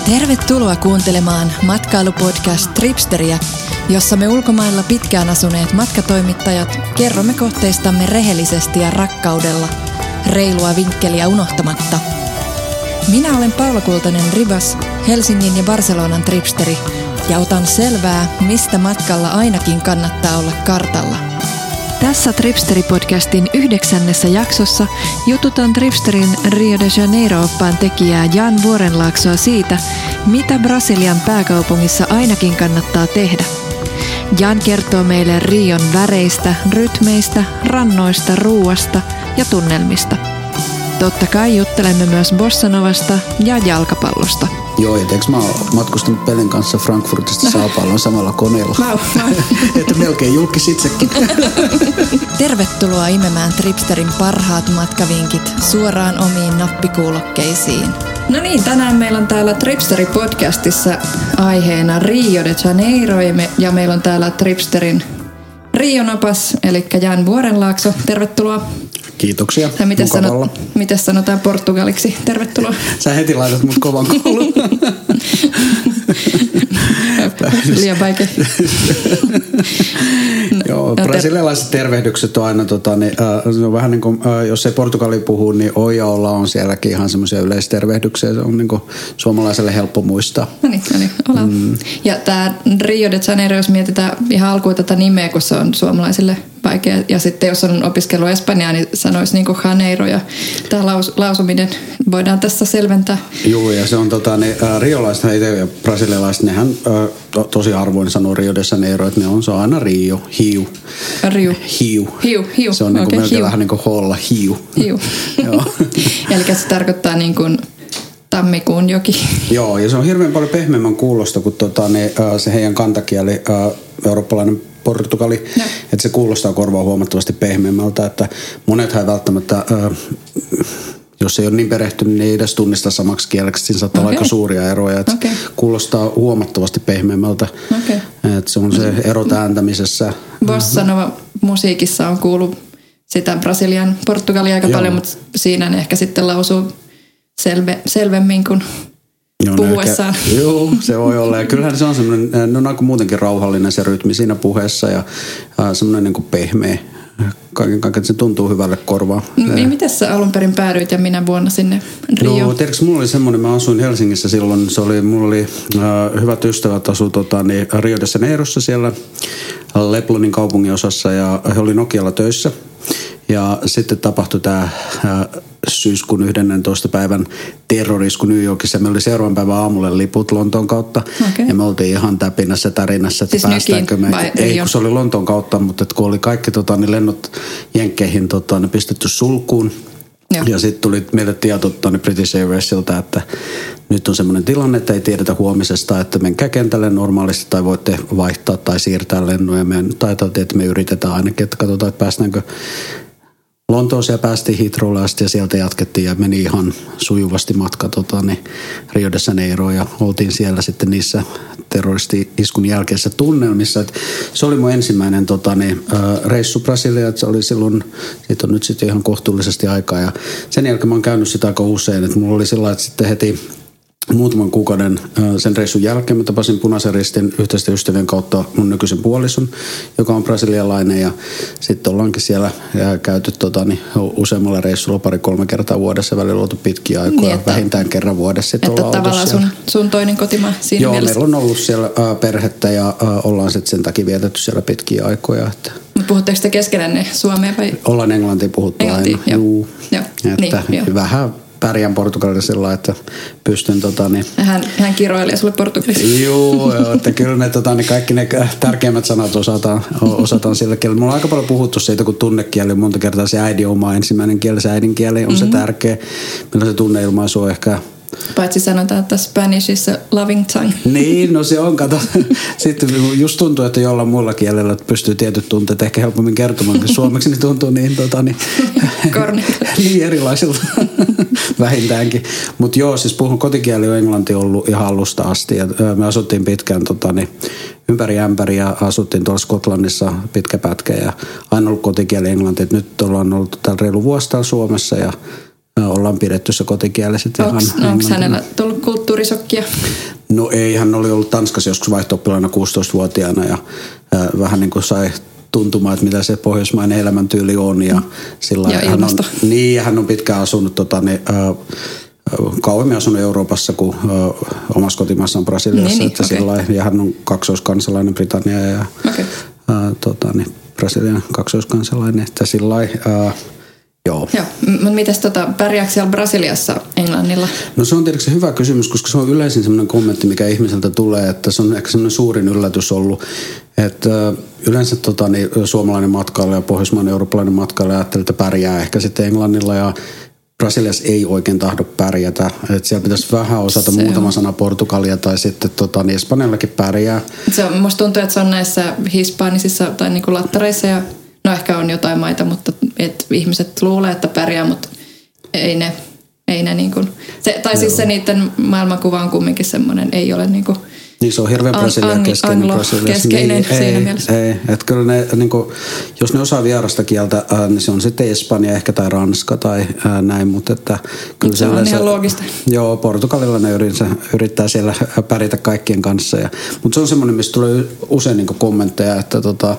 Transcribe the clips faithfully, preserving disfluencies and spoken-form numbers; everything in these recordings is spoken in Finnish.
Tervetuloa kuuntelemaan matkailupodcast Tripsteriä, jossa me ulkomailla pitkään asuneet matkatoimittajat kerromme kohteistamme rehellisesti ja rakkaudella, reilua vinkkeliä unohtamatta. Minä olen Paula Kultanen Ribas, Helsingin ja Barcelonan tripsteri, ja otan selvää, mistä matkalla ainakin kannattaa olla kartalla. Tässä Tripsteri-podcastin yhdeksännessä jaksossa jututan Tripsterin Rio de Janeiro-oppaan tekijää Jan Vuorenlaaksoa siitä, mitä Brasilian pääkaupungissa ainakin kannattaa tehdä. Jan kertoo meille Rion väreistä, rytmeistä, rannoista, ruuasta ja tunnelmista. Totta kai juttelemme myös bossanovasta ja jalkapallosta. Joo, ja eikö mä oon matkustanut Pelen kanssa Frankfurtista Sao Pauloon samalla koneella? No, no. Että melkein julkis itsekin. Tervetuloa imemään Tripsterin parhaat matkavinkit suoraan omiin nappikuulokkeisiin. No niin, tänään meillä on täällä Tripsteri-podcastissa aiheena Rio de Janeiro ja, me, ja meillä on täällä Tripsterin Rio-nopas, eli Jan Vuorenlaakso. Tervetuloa. Kiitoksia. Ja miten, sanot, miten sanotaan portugaliksi? Tervetuloa. Sä heti laitat mut kovan koulun. Liian vaikea. Joo, brasilialaiset tervehdykset on aina, tota, niin, äh, se on vähän niin kuin, äh, jos ei portugali puhu, niin oi ja olla on sielläkin ihan semmoisia yleistervehdyksiä. Se on niin kuin suomalaiselle helppo muistaa. No niin, no niin, ollaan. Mm. Ja tämä Rio de Janeiro, jos mietitään ihan alkuun tätä nimeä, kun se on suomalaisille vaikea. Ja sitten jos on opiskellut espanjaa, niin sanoisi niin kuin Janeiro. Ja tämä laus, lausuminen voidaan tässä selventää. Joo, ja se on tota, ne, äh, riolaiset ja brasilialaiset, nehän äh, to, tosi harvoin sanoo Rio de Janeiro, että ne on, se on aina Rio, hiu. Rio. Hiu. Hiu, hiu. Se on niin kuin okay, melkein hiu. vähän niin kuin holla, hiu. Hiu. Joo. Eli se tarkoittaa niin kuin tammikuun joki. Joo, ja se on hirveän paljon pehmeämmän kuulosta kuin tota, ne, äh, se heidän kantakieli, äh, eurooppalainen Portugali, no. Että se kuulostaa korvaa huomattavasti pehmeämmältä, että monethan ei välttämättä, äh, jos ei ole niin perehtynyt, niin ei edes tunnista samaksi kieleksi, siinä saattaa okay. olla aika suuria eroja, että okay. kuulostaa huomattavasti pehmeämmältä, okay. Että se on se ero ääntämisessä. Bossanova musiikissa on kuullut sitä Brasilian Portugalia aika Joo. paljon, mutta siinä ne ehkä sitten lausuu selve, selvemmin kuin Joo, puhuessaan. Ehkä, joo, se voi olla. Ja kyllähän se on semmoinen, ne on aika muutenkin rauhallinen se rytmi siinä puheessa ja äh, semmoinen niin kuin pehmeä. Kaiken kaiken se tuntuu hyvälle korvaan. Niin, miten sä alun perin päädyit ja minä vuonna sinne Rioon? No, tiedätkö, mulla oli semmoinen, mä asuin Helsingissä silloin, se oli, mulla oli äh, hyvät ystävät asu tota, niin Rio de Janeirossa siellä Leblonin kaupungin osassa ja he oli Nokialla töissä. Ja sitten tapahtui tämä syyskuun yhdennentoista päivän terrorisku New Yorkissa. Me oli seuraavan päivän aamulle liput Lontoon kautta. Okay. Ja me oltiin ihan täpinässä tärinässä, että siis päästäänkö me. Ei, kun se oli Lontoon kautta, mutta kun oli kaikki tota, niin lennot jenkkeihin tota, ne pistetty sulkuun. Joo. Ja sitten tuli meille tieto tuonne British Airwaysilta, että nyt on semmoinen tilanne, että ei tiedetä huomisesta, että menkää kentälle normaalisti tai voitte vaihtaa tai siirtää lennoja. Me taitaa, että me yritetään ainakin, että katsotaan, että päästäänkö Lontooseen ja päästiin Heathrowlle asti ja sieltä jatkettiin ja meni ihan sujuvasti matka tota, niin Rio de Janeiroon ja oltiin siellä sitten niissä terroristi-iskun jälkeisissä tunnelmissa. Et se oli mun ensimmäinen tota, niin, reissu Brasilia, että se oli silloin, siitä on nyt sitten ihan kohtuullisesti aikaa ja sen jälkeen mä oon käynyt sitä aika usein, että mulla oli sillä että sitten heti muutaman kuukauden sen reissun jälkeen mä tapasin Punaisen Ristin yhteisten ystävien kautta mun nykyisen puolison, joka on brasilialainen ja sitten ollaankin siellä ja käyty tota, niin, useammalla reissulla pari-kolme kertaa vuodessa, välillä oltu pitkiä aikoja, niin, että, vähintään kerran vuodessa. Että tavallaan sun, sun toinen kotimaa siinä Joo, mielessä. meillä on ollut siellä ä, perhettä ja ä, ollaan sitten sen takia vietetty siellä pitkiä aikoja. Että puhutteko te keskenänne suomea vai? Ollaan englantia puhuttu Englantia, aina. Joo. Joo. Että niin, vähän pärjään portugalilla sillä, että pystyn tota niin. Hän, hän kiroilee sulle portugaliksi. Joo, joo, että kyllä ne, tota, niin kaikki ne tärkeimmät sanat osataan, osataan sillä kielellä. Mulla on aika paljon puhuttu siitä, kun tunnekieli monta kertaa se äidin oma ensimmäinen kieli, se äidinkieli on mm-hmm. se tärkeä. Millä se tunneilmaisu on ehkä. Paitsi sanotaan, että Spanish is a loving tongue. Niin, no se on, kato. Sitten just tuntuu, että jollain muulla kielellä pystyy tietyt tunteet ehkä helpommin kertomaan, kun suomeksi niin tuntuu niin, tota, niin, niin erilaisilta vähintäänkin. Mutta joo, siis puhun kotikieli on englanti ollut ihan alusta asti. Ja me asuttiin pitkään tota, niin, ympäri ämpäri ja asuttiin tuolla Skotlannissa pitkä pätkä ja aina ollut kotikieli englanti. Et nyt ollaan ollut täällä reilu vuosi täällä Suomessa ja ollaan pidetty se kotikieli sitten ihan. Onko hänellä tullut kulttuurisokkia? No ei, hän oli ollut Tanskassa joskus vaihto-oppilaana kuusitoistavuotiaana ja äh, vähän niin kuin sai tuntumaan, että mitä se pohjoismainen elämäntyyli on. Ja, sillä ja hän on, niin, hän on pitkään asunut, tota, niin, äh, kauemmin asunut Euroopassa kuin äh, omassa kotimaassaan Brasiliassa. Niin, että okay. sillä, ja hän on kaksoiskansalainen, Britannia ja okay. äh, tota, niin, Brasilian kaksoiskansalainen. Että sillä äh, Joo. Joo. Mutta mites tota, pärjääkö siellä Brasiliassa englannilla? No se on tietysti hyvä kysymys, koska se on yleisin sellainen kommentti, mikä ihmiseltä tulee, että se on ehkä sellainen suurin yllätys ollut, että yleensä tota, niin, suomalainen matkailija ja pohjoismainen eurooppalainen matkailija ajattelee, että pärjää ehkä sitten englannilla ja Brasiliassa ei oikein tahdo pärjätä. Että siellä pitäisi vähän osata se muutama on. sana portugalia tai sitten tota, niin Espanjallakin pärjää. Se on, musta tuntuu, että se on näissä hispaanisissa tai niinku lattareissa ja no ehkä on jotain maita, mutta et ihmiset luulee, että pärjää, mutta ei ne, ei ne niin kuin, se, tai siis se niiden maailmankuva on kumminkin semmoinen, ei ole niin kuin niin se on hirveän Brasilia-keskeinen. Anglo-keskeinen niin, siinä ei, mielessä. Ei, että kyllä ne, niin kuin, jos ne osaa vierasta kieltä, ää, niin se on sitten Espanja ehkä tai Ranska tai ää, näin, mutta että kyllä se on yleensä, ihan loogista. Joo, Portugalilla ne yrittää, yrittää siellä pärjätä kaikkien kanssa, ja, mutta se on semmoinen, mistä tulee usein niin kuin kommentteja, että tota,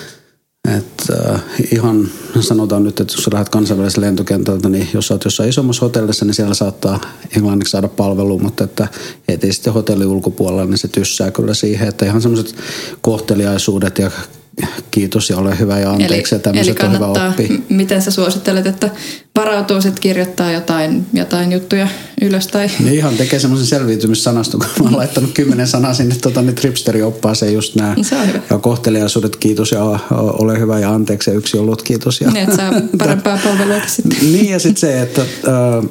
Että äh, ihan sanotaan nyt, että jos sä lähdet kansainvälisellä lentokentältä, niin jos sä oot jossain isommassa hotellissa, niin siellä saattaa englanniksi saada palvelua, mutta että heti sitten hotellin ulkopuolella, niin se tyssää kyllä siihen, että ihan semmoiset kohteliaisuudet ja kiitos ja ole hyvä ja anteeksi. Eli, eli kannattaa, miten sä suosittelet, että varautuu sitten kirjoittaa jotain, jotain juttuja ylös tai... Niin ihan tekee semmoisen selviytymissanaston, kun mä oon laittanut kymmenen sanaa sinne tota, niin Tripsteri-oppaaseen just nää. Se on hyvä. Ja kohteliaisuudet, kiitos ja ole hyvä ja anteeksi ja yksi ollut kiitos. Ja niin, että saa parempaa palvelua sitten. Niin ja sitten se, että... Äh,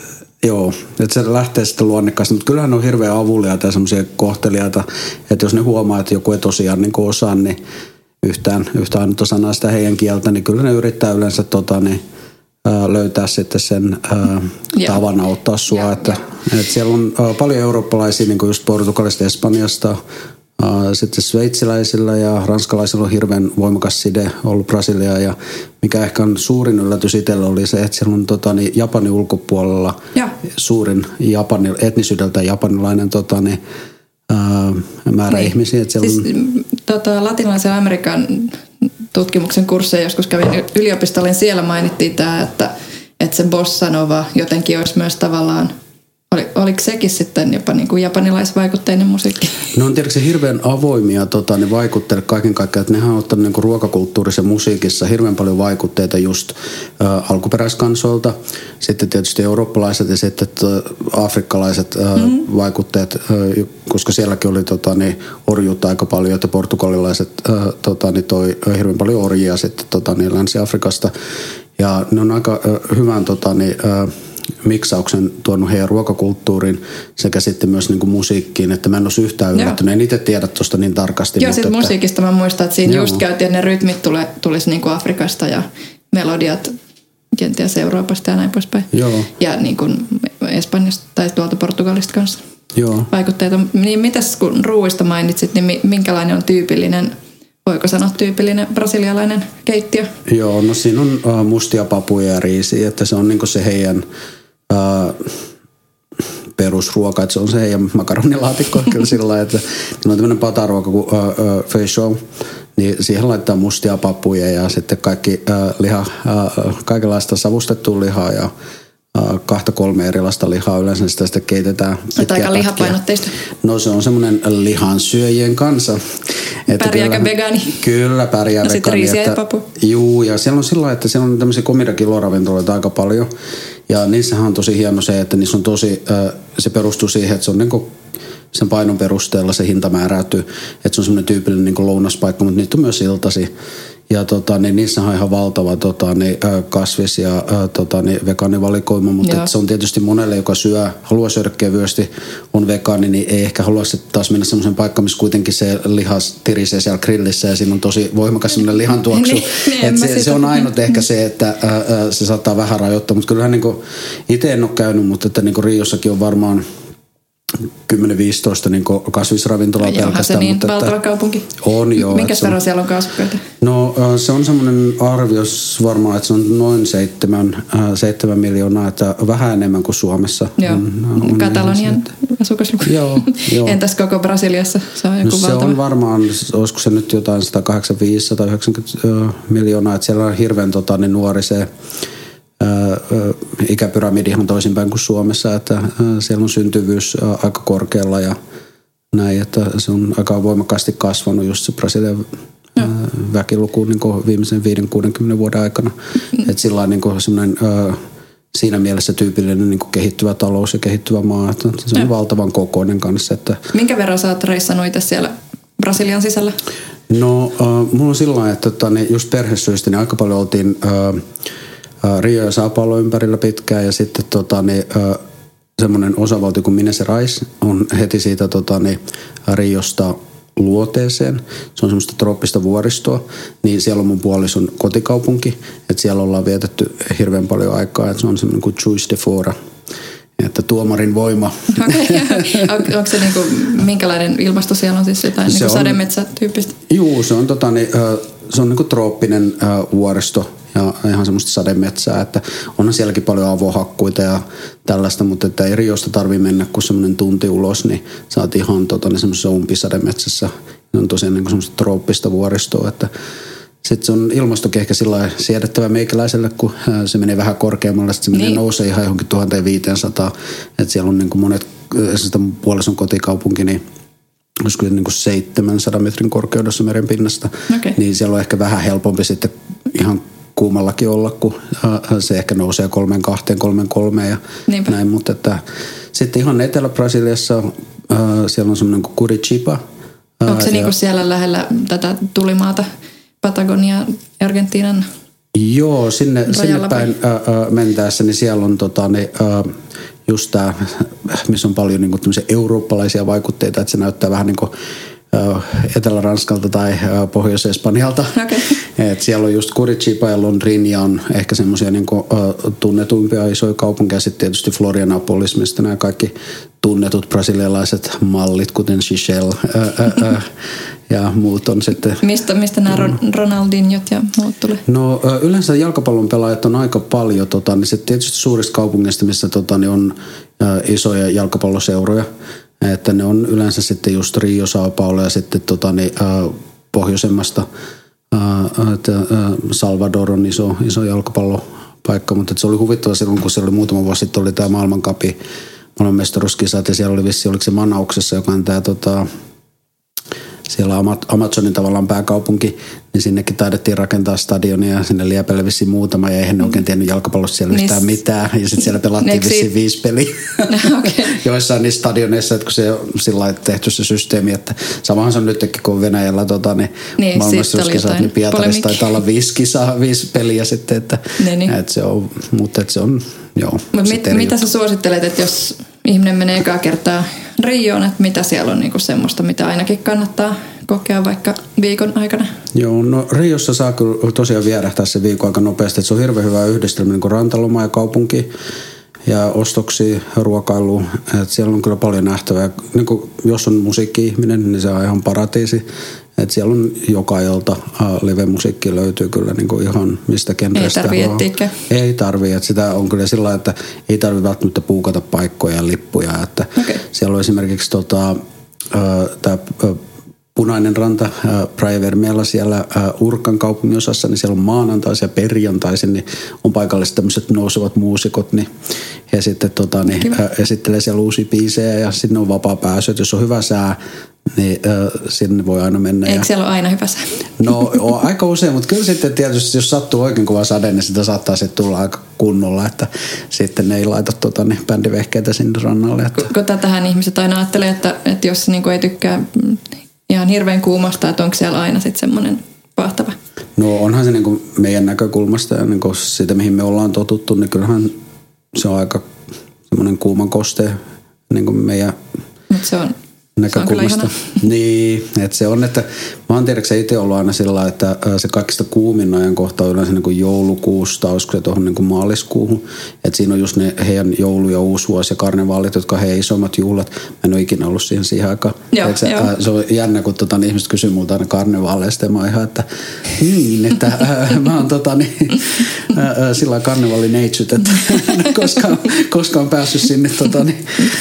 Joo, että se lähtee sitten luonnekkaasti, mutta kyllähän on hirveän avuliaita ja semmoisia kohteliaita, että jos ne huomaa, että joku ei tosiaan niin osaa, niin yhtään, yhtään ainutta sanaa sitä heidän kieltä, niin kyllä ne yrittää yleensä tota, niin, ää, löytää sitten sen ää, tavan auttaa sua. Ja, että, ja. Että siellä on ää, paljon eurooppalaisia, niin kuin just Portugalista, Espanjasta, ää, sitten sveitsiläisillä ja ranskalaisilla on hirveän voimakas side ollut Brasiliaan ja mikä ehkä on suurin yllätys itsellä oli se, että siellä on tota, niin Japanin ulkopuolella ja. suurin Japani, etnisyydeltä japanilainen tota, niin, ää, määrä niin. ihmisiä. Että siis, on... tota, latinalaisen Amerikan tutkimuksen kursseja joskus kävin yliopistolla, siellä mainittiin tämä, että, että se bossa nova jotenkin olisi myös tavallaan, oli, oliko sekin sitten jopa niin kuin japanilaisvaikutteinen musiikki? No on tietysti hirveän avoimia tota, ne vaikutteet kaiken kaikkiaan, että nehän on ottanut niin kuin ruokakulttuurissa ja musiikissa hirveän paljon vaikutteita just ä, alkuperäiskansoilta, sitten tietysti eurooppalaiset ja sitten ä, afrikkalaiset ä, mm-hmm. vaikutteet, ä, koska sielläkin oli tota, niin, orjuutta aika paljon, että portugalilaiset ä, tota, niin toi hirveän paljon orjia sitten tota, niin Länsi-Afrikasta ja ne on aika ä, hyvän tota, niin, ä, miksauksen tuonut heidän ruokakulttuuriin sekä sitten myös niin kuin musiikkiin, että mä en olisi yhtään yllättynyt. En itse tiedä tuosta niin tarkasti. Joo, sitten että... musiikista mä muistan, että siinä Joo. just käytiin, että ne rytmit tule, tulisi niin kuin Afrikasta ja melodiat kenties Euroopasta ja näin poispäin. Joo. Ja niin kuin Espanjasta tai tuolta Portugalista kanssa Joo. vaikutteita. Niin mitäs kun ruuista mainitsit, niin minkälainen on tyypillinen, voiko sanoa tyypillinen brasilialainen keittiö? Joo, no siinä on uh, mustia papuja ja riisiä, että se on niinku se heidän uh, perusruoka, että se on se heidän makaronilaatikko kyllä sillä lailla, että on tämmöinen pataruoka kuin uh, uh, feijão, niin siihen laittaa mustia papuja ja sitten kaikki uh, liha, uh, kaikenlaista savustettua lihaa ja uh, kahta kolme erilaista lihaa yleensä sitä sitten keitetään. Olet aika lihapainotteista. No se on semmoinen lihansyöjien kansa. Pärjääkö vegaani? Kyllä, pärjää no, vegaani. No sitten riisiä ja papu. Juu, ja siellä on sillä lailla, että siellä on tämmöisiä komidakiloravintoloita aika paljon. Ja niissähän on tosi hieno se, että niissä on tosi, se perustuu siihen, että se on niin kuin sen painon perusteella se hinta määräytyy. Että se on semmoinen tyypillinen niin kuin lounaspaikka, mutta niitä on myös iltasi. Ja tota, niin niissä on ihan valtava tota, niin, kasvis- ja tota, niin, vegaanivalikoima, mutta se on tietysti monelle, joka syö, haluaa syödä kevyesti, on vegaani, niin ei ehkä halua taas mennä semmoisen paikkaan, missä kuitenkin se lihas tirisee siellä grillissä ja siinä on tosi voimakas semmoinen lihantuoksu. niin, niin, se, se on ainut ehkä se, että ää, se saattaa vähän rajoittaa, mutta kyllähän niin itse en ole käynyt, mutta että niin Riossakin on varmaan kymmenen viisitoista niin kasvisravintolaa pelkästään. Onhan se niin mutta valtava että, kaupunki. On joo. Minkäs verran siellä on asukkaita? No se on semmoinen arvios varmaan, että se on noin seitsemän, äh, seitsemän miljoonaa, että vähän enemmän kuin Suomessa. Joo, on, on Katalonian asukasluku. Joo, joo. Entäs koko Brasiliassa? Se on joku no, valtava. Se on varmaan, olisiko se nyt jotain sata kahdeksankymmentäviisi sata yhdeksänkymmentä miljoonaa, että siellä on hirveän tota, niin nuori se ikäpyramidi ihan toisinpäin kuin Suomessa, että siellä on syntyvyys aika korkealla ja näin, että se on aika voimakkaasti kasvanut just se Brasilian no. väkiluku niin kuin viimeisen viisikymmentä kuusikymmentä vuoden aikana. Mm. Että sillä on niin kuin semmoinen siinä mielessä tyypillinen niin kuin kehittyvä talous ja kehittyvä maa, että se on no. valtavan kokoinen kanssa. Että minkä verran sä oot reissannut itse siellä Brasilian sisällä? No, äh, mulla on sillä lailla, että tota, niin just perhesyistä niin aika paljon oltiin äh, Rio ja Sao Paulo ympärillä pitkään ja sitten tota, niin, semmoinen osavaltio kuin Minas Gerais on heti siitä tota, niin, Riosta luoteeseen. Se on semmoista trooppista vuoristoa, niin siellä on mun puolison kotikaupunki, että siellä ollaan vietetty hirveän paljon aikaa, että se on semmoinen kuin Juiz de Fora, että tuomarin voima. Okay, on, onko se niinku, minkälainen ilmasto siellä on siis jotain niinku sademetsä-tyyppistä? Juu, se on, tota, niin, se on niinku trooppinen vuoristo. Ja ihan semmoista sademetsää, että onhan sielläkin paljon avohakkuita ja tällaista, mutta että ei Riosta tarvitse mennä kuin semmoinen tunti ulos, niin saat ihan tota, niin semmoisessa umpisademetsässä. Se on tosiaan niin kuin semmoista trooppista vuoristoa, että sitten se on ilmastokin ehkä sillä lailla siedettävä meikäläiselle, kun se menee vähän korkeammalle, sitten se menee niin. nousee ihan johonkin tuhatviisisataa, että siellä on niin kuin monet, sitä mun puolison kotikaupunki, niin olisiko se niin kuin seitsemänsadan metrin korkeudessa merenpinnasta, okay. niin siellä on ehkä vähän helpompi sitten ihan kuumallakin olla, kun se ehkä nousee kolmen kahteen, kolmen kolmeen ja Niinpä. näin, mutta että sitten ihan Etelä-Brasiliassa äh, siellä on semmoinen kuin Curitiba. Äh, Onko se ja, niinku siellä lähellä tätä tulimaata Patagonia, Argentiinan? Joo, sinne, sinne päin äh, äh, mentäessä, niin siellä on tota, niin, äh, just tämä, missä on paljon niin kuin tämmöisiä eurooppalaisia vaikutteita, että se näyttää vähän niin kuin Etelä-Ranskalta tai Pohjois-Espanjalta. Okay. Et siellä on just Curitiba ja Londrinia on ehkä semmoisia niinku, uh, tunnetuimpia isoja kaupunkeja. Sitten tietysti Florianopolis, mistä nämä kaikki tunnetut brasilialaiset mallit, kuten Shishel uh, uh, uh, ja muut on sitten. Mistä, mistä nämä mm. Ronaldinhot ja muut tulee? No yleensä jalkapallon pelaajat on aika paljon. Tota, niin se tietysti suurista kaupungeista, missä tota, niin on uh, isoja jalkapalloseuroja. Että ne on yleensä sitten just Rio, Sao Paulo ja sitten tota, niin, äh, pohjoisemmasta äh, että, äh, Salvador on iso, iso jalkapallopaikka, mutta se oli huvittava silloin, kun siellä oli muutama vuosi sitten oli tämä maailmankapi, maailmanmestaruuskisat ja siellä oli vissi, oliko se Manauksessa, joka on tämä tota, siellä Amazonin tavallaan pääkaupunki, niin sinnekin taidettiin rakentaa stadionia ja sinne Liepelle vissiin muutama ja eihän ne oikein tiennyt jalkapallosta siellä yhtään mitään. Ja sitten siellä pelattiin vissiin viisi peliä okay. joissain niissä stadioneissa, että kun se on sillä lailla tehty se systeemi, että samahan se on nytkin, kun Venäjällä tota, niin niin, maailmanmestaruuskisat, niin Pietarissa taitaa olla viisi kisaa, viisi peliä sitten, että, niin, niin. että se on, mutta että se on, joo. Mut mit, mitä sä suosittelet, että jos ihminen menee ekaa kertaa Rioon, että mitä siellä on niinku semmoista, mitä ainakin kannattaa kokea vaikka viikon aikana? Joo, no Riossa saa kyllä tosiaan vierähtää se viikon aika nopeasti. Että se on hirveän hyvä yhdistelmä niin kuin rantaloma ja kaupunki ja ostoksia, ruokailu. Että siellä on kyllä paljon nähtävää. Niin kuin, jos on musiikki-ihminen, niin se on ihan paratiisi. Että siellä on joka ilta live-musiikki löytyy kyllä niin kuin ihan mistä genrestä. Ei tarvii etsiäkään. Ei tarvii. Että sitä on kyllä sillä lailla, että ei tarvitse välttämättä puukata paikkoja ja lippuja. Että okay. Siellä on esimerkiksi tota, tämä Punainen ranta, Praia Vermella siellä Urkan kaupunginosassa, niin siellä on maanantaisin ja perjantaisin, niin on paikalliset tämmöiset nousevat muusikot, niin he sitten tota, niin, esittelee siellä uusia biisejä ja sinne on vapaa pääsy, että jos on hyvä sää, niin äh, sinne voi aina mennä. Eikö ja siellä ole aina hyvä sää? No on aika usein, mutta kyllä sitten tietysti, jos sattuu oikein kova sade, niin sitä saattaa sitten tulla aika kunnolla, että sitten ne ei laita tota, niin, bändivehkeitä sinne rannalle. Että. Kun tätähän ihmiset aina ajattelee, että, että jos niin kuin ei tykkää ihan hirveän kuumasta, että onko siellä aina sitten semmoinen pahtava? No onhan se niin kuin meidän näkökulmasta ja niin kuin siitä, mihin me ollaan totuttu, niin kyllähän se on aika semmoinen kuuman koste niin kuin meidän. Mutta se on näkökulmasta. Niin, että se on, että mä oon tiedäksä itse ollut aina sillä, että se kaikista kuumin ajan kohta on yleensä niin kuin joulukuusta, olisiko se tuohon niin kuin maaliskuuhun. Että siinä on just ne heidän joulu- ja uusvuosi ja karnevaalit, jotka on heidän isommat juhlat. Mä en ole ikinä ollut siihen siihen aikaan. Joo, se, ää, se on jännä, kun tota, niin ihmiset kysyy multa aina karnevaaleista ja mä oon ihan, että niin, että ää, mä oon tota, niin, ää, sillä karnevaalineitsyt, että koskaan, koskaan päässyt sinne tota, niin,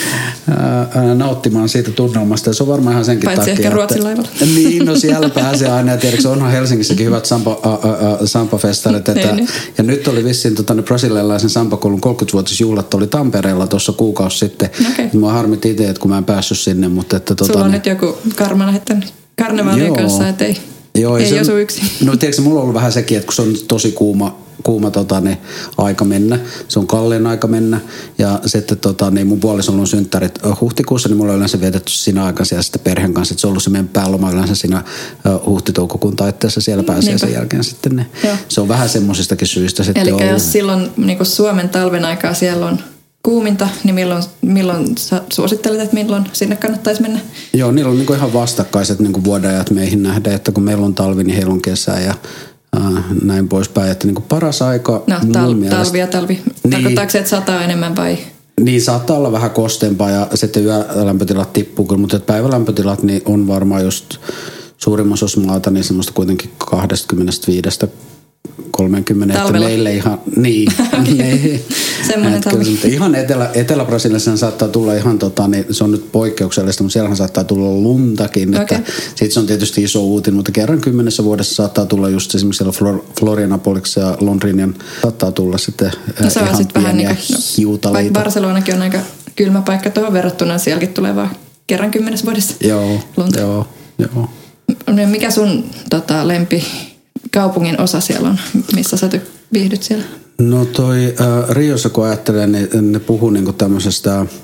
ää, ää, nauttimaan siitä tunnelmasta. Ja se on varmaan ihan senkin paitsi takia. Paitsi ehkä Ruotsin laivalla. Niin, no siellä pääsee aina. Ja tiedätkö, onhan Helsingissäkin hyvät sampa, ä, ä, ä, sampafestarit. Että, niin, ja nyt oli vissiin tota, ne brasilialaisen sampakoulun kolmekymmenvuotisjuhlat oli Tampereella tuossa kuukausi sitten. Okay. Mä harmitin itse, että kun mä en päässyt sinne. Mutta, että, tota, sulla on niin, nyt joku karma lähettänyt karnevaalien kanssa, että ei, joo, ei se, osu yksin. No tiedätkö, mulla on ollut vähän sekin, että kun se on tosi kuuma, kuuma tota, niin, aika mennä. Se on kalleen aika mennä. Ja sitten tota, niin mun puolisolla on synttärit huhtikuussa, niin mulla on yleensä vietetty siinä aikana siellä sitten perheen kanssa. Että se on ollut se meidän pääloma yleensä siinä huhti-toukokuun taitteessa. Siellä pääsee Niinpä. Sen jälkeen sitten ne. Joo. Se on vähän semmoisistakin syistä sitten eli ollut. Jos silloin niin kuin Suomen talven aikaa siellä on kuuminta, niin milloin, milloin sä suosittelet, että milloin sinne kannattaisi mennä? Joo, niillä on niin kuin ihan vastakkaiset niin kuin vuodenajat meihin nähdä, että kun meillä on talvi, niin heillä on kesä ja äh, näin poispäin. Että niin kuin paras aika no, tal- mielestä, talvi ja talvi. Niin, tarkoittaako se, että sataa enemmän vai? Niin, saattaa olla vähän kosteempaa ja sitten yölämpötilat tippuu, mutta päivälämpötilat niin on varmaan just suurimmassa osassa maata niin semmoista kuitenkin kaksikymmentäviisi kolmekymmentä, että meille ihan, niin, niin semmoinen talvi. Ihan Etelä, Etelä-Brasiliassa saattaa tulla ihan, tota, niin se on nyt poikkeuksellista, mutta siellähän saattaa tulla luntakin, okay. Että sit se on tietysti iso uutinen, mutta kerran kymmenessä vuodessa saattaa tulla just esimerkiksi siellä Flor, Florianapoliksessa ja Londrinian saattaa tulla sitten no, se ihan pieniä vähän niin hiutaleita. Vaikka Barcelonakin on aika kylmä paikka tuohon verrattuna, sielläkin tulee vaan kerran kymmenessä vuodessa joo, lunta. Joo, joo. Mikä sun tota, lempi kaupungin osa siellä on, missä sä viihdyt siellä? No toi äh, Riossa kun ajattelee, niin ne puhuu niinku tämmöisestä, äh,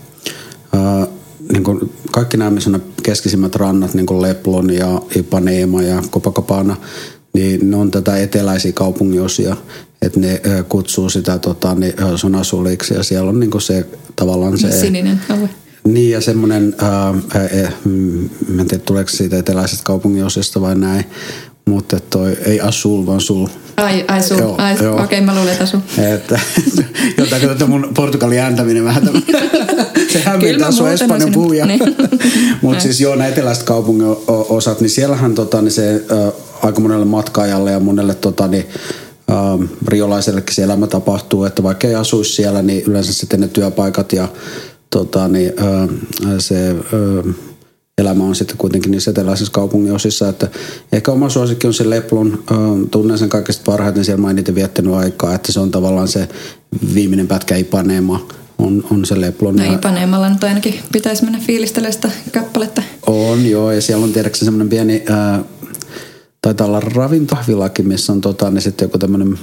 niinku kaikki nämä missä on keskisimmät rannat, niin kuin Leblon ja Ipanema ja Copacabana, niin ne on tätä eteläisiä kaupunginosia, että ne äh, kutsuu sitä tota, niin, Zona Azuliksi ja siellä on niinku se tavallaan se sininen alue. Niin ja semmoinen, äh, äh, mä en tiedä tuleeko siitä eteläisestä kaupunginosista vai näin, mutta toi ei Azul, vaan Sul. Ai, ai Sul. Joo, ai, joo. Okei, mä luulen, että Azul. Että, jotain katsota mun Portugalin ääntäminen vähän tämmöinen. Se hämmentää sun espanjan puhuja. Niin. Mutta siis joo, nämä eteläiset kaupungin osat, niin siellähän tota, niin se äh, aika monelle matkaajalle ja monelle tota, niin, äh, riolaisellekin se elämä tapahtuu, että vaikka ei asuisi siellä, niin yleensä sitten ne työpaikat ja tota, niin, äh, se... Äh, elämä on sitten kuitenkin niissä eteläisissä kaupunginosissa, että ehkä oma suosikki on se Leblon, tunnen sen kaikista parhaiten, siellä mä en itse viettänyt aikaa, että se on tavallaan se viimeinen pätkä Ipanema, on, on se Leblon. No Ipanemalla nyt ainakin pitäisi mennä fiilistelemään sitä kappaletta. On joo, ja siellä on tiedäkseni semmoinen pieni, ää, taitaa olla ravintahvilakin, missä on tota, niin sitten joku tämmöinen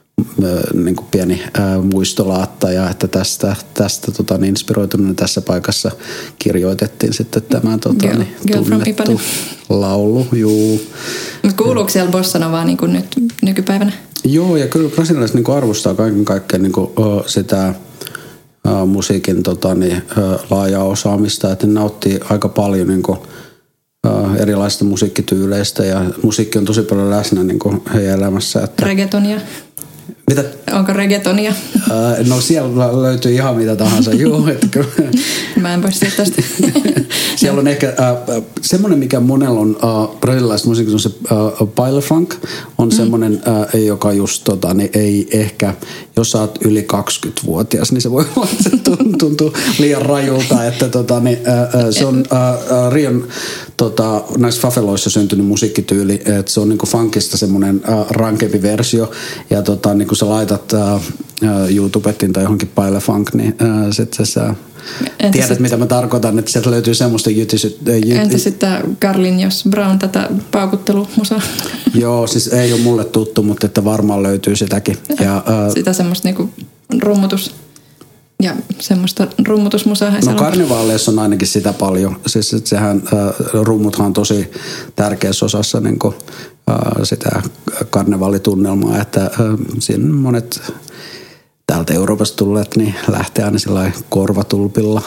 niin kuin pieni ää, muistolaatta ja että tästä, tästä tota, niin inspiroitunut tässä paikassa kirjoitettiin sitten tämä tota, Girl, niin, Girl tunnettu laulu. Juu. Kuuluuko siellä bossanovaa niin kuin nyt nykypäivänä? Joo, ja kyllä brasilialaiset niin kuin arvostaa kaiken kaikkiaan niin kuin, uh, sitä uh, musiikin tota, niin, uh, laajaa osaamista, että ne nauttii aika paljon niin kuin, uh, erilaisista musiikkityyleistä ja musiikki on tosi paljon läsnä niin kuin heidän elämässä. Että reggaetonia. Mitä? Onko reggaetonia? Uh, no siellä löytyy ihan mitä tahansa, juu. Että mä en voi siitä tästä. Siellä on ehkä uh, semmoinen, mikä monella on uh, brasilialaisessa musiikissa, on se uh, baile funk, on mm. semmoinen, uh, joka just tota, niin ei ehkä, jos sä oot yli kaksikymmentävuotias, niin se voi olla, se tuntuu liian rajulta, että tota, niin, uh, se on uh, uh, Rion tota, näissä faveloissa syntynyt musiikkityyli, että se on niinku funkista semmoinen uh, rankempi versio, ja tota, niin kun sä laitat uh, uh, YouTubetin tai johonkin baile funk, niin uh, sit sä saa Entä tiedät, sit, mitä mä tarkoitan, että sieltä löytyy semmoista jytisyt. Jyt, entä sitten Carlinhos Brown tätä paukuttelumusaa? Joo, siis ei ole mulle tuttu, mutta että varmaan löytyy sitäkin. Ja, äh, sitä semmoista niinku rummutus ja semmoista rummutusmusaa. No karnevaaleissa on ainakin sitä paljon. Siis että sehän, äh, rummuthan on tosi tärkeässä osassa niin kuin, äh, sitä karnevaalitunnelmaa, että äh, siinä monet täältä Euroopasta tulleet, niin lähtee aina sillä korvatulpilla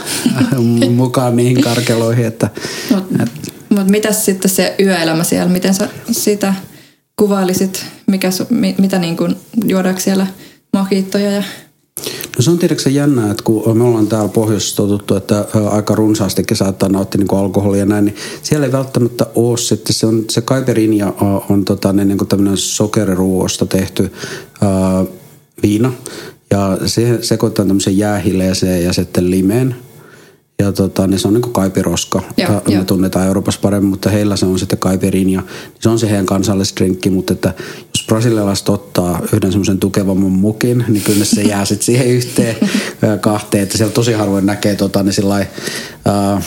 mukaan niihin karkeloihin. Että, Mutta mut mitäs sitten se yöelämä siellä, miten sä sitä kuvailisit, mikä, mitä niin kuin juodaanko siellä mojittoja ja... No se on tietysti jännää, että kun me ollaan täällä pohjoisessa totuttu, että aika runsaastikin saattaa nauttia niin kuin alkoholia ja näin, niin siellä ei välttämättä ole sitten, se, on, se caipirinha on, on tota, niin kuin tämmöinen sokeriruuosta tehty ää, viina ja se sekoittaa tämmöisen jäähileeseen ja sitten limeen. Ja tota, niin se on niin kuin kaipiroska. Joo, me jo. tunnetaan Euroopassa paremmin, mutta heillä se on sitten caipirinha. Se on se heidän kansallisdrinkki, mutta että jos brasilialaiset ottaa yhden semmoisen tukevamman mukin, niin kyllä se jää sitten siihen yhteen kahteen. Että siellä tosi harvoin näkee tota, niin sillai, ää,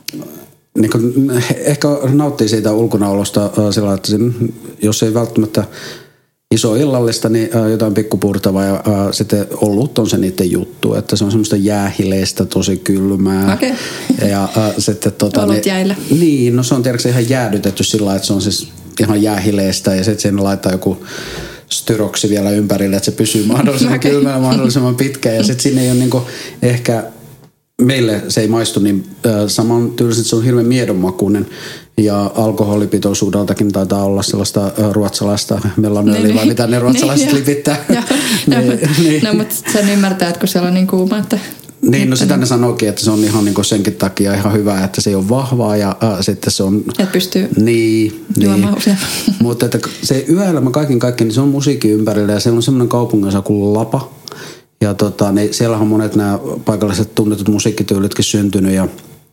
niin kuin, ehkä nauttii siitä ulkonaolosta ää, sillä että sen, jos ei välttämättä iso illallista, niin ää, jotain pikkupurtavaa ja ää, sitten olut on se niiden juttu, että se on semmoista jäähileistä tosi kylmää. Okei. Okay. Ja ää, sitten tota... Olut niin, jäillä. Niin, no se on tietysti ihan jäädytetty sillä lailla, että se on siis ihan jäähileistä ja sitten siinä laittaa joku styroksi vielä ympärille, että se pysyy mahdollisimman okay. kylmää mahdollisimman pitkään ja sitten siinä ei ole niinku ehkä... Meille se ei maistu niin äh, saman tyylisesti, että se on hirveän miedonmakuinen ja alkoholipitoisuudeltakin taitaa olla sellaista äh, ruotsalaista melonöljyä, niin, vai mitä ne ruotsalaiset niin, lipittää. Ja, niin, niin. No mutta sen ymmärtää, että kun siellä on niin kuuma, että... Niin, no sitä ne sanookin, että se on ihan niin senkin takia ihan hyvä, että se ei ole vahvaa ja äh, sitten se on... Että pystyy niin, juomaan niin. useammin. Mutta että se yöelämä kaiken kaikkiaan, niin se on musiikin ympärillä ja siellä on semmoinen kaupunginosa kuin Lapa. Ja tota, niin siellä on monet nämä paikalliset tunnetut musiikkityylitkin syntynyt ja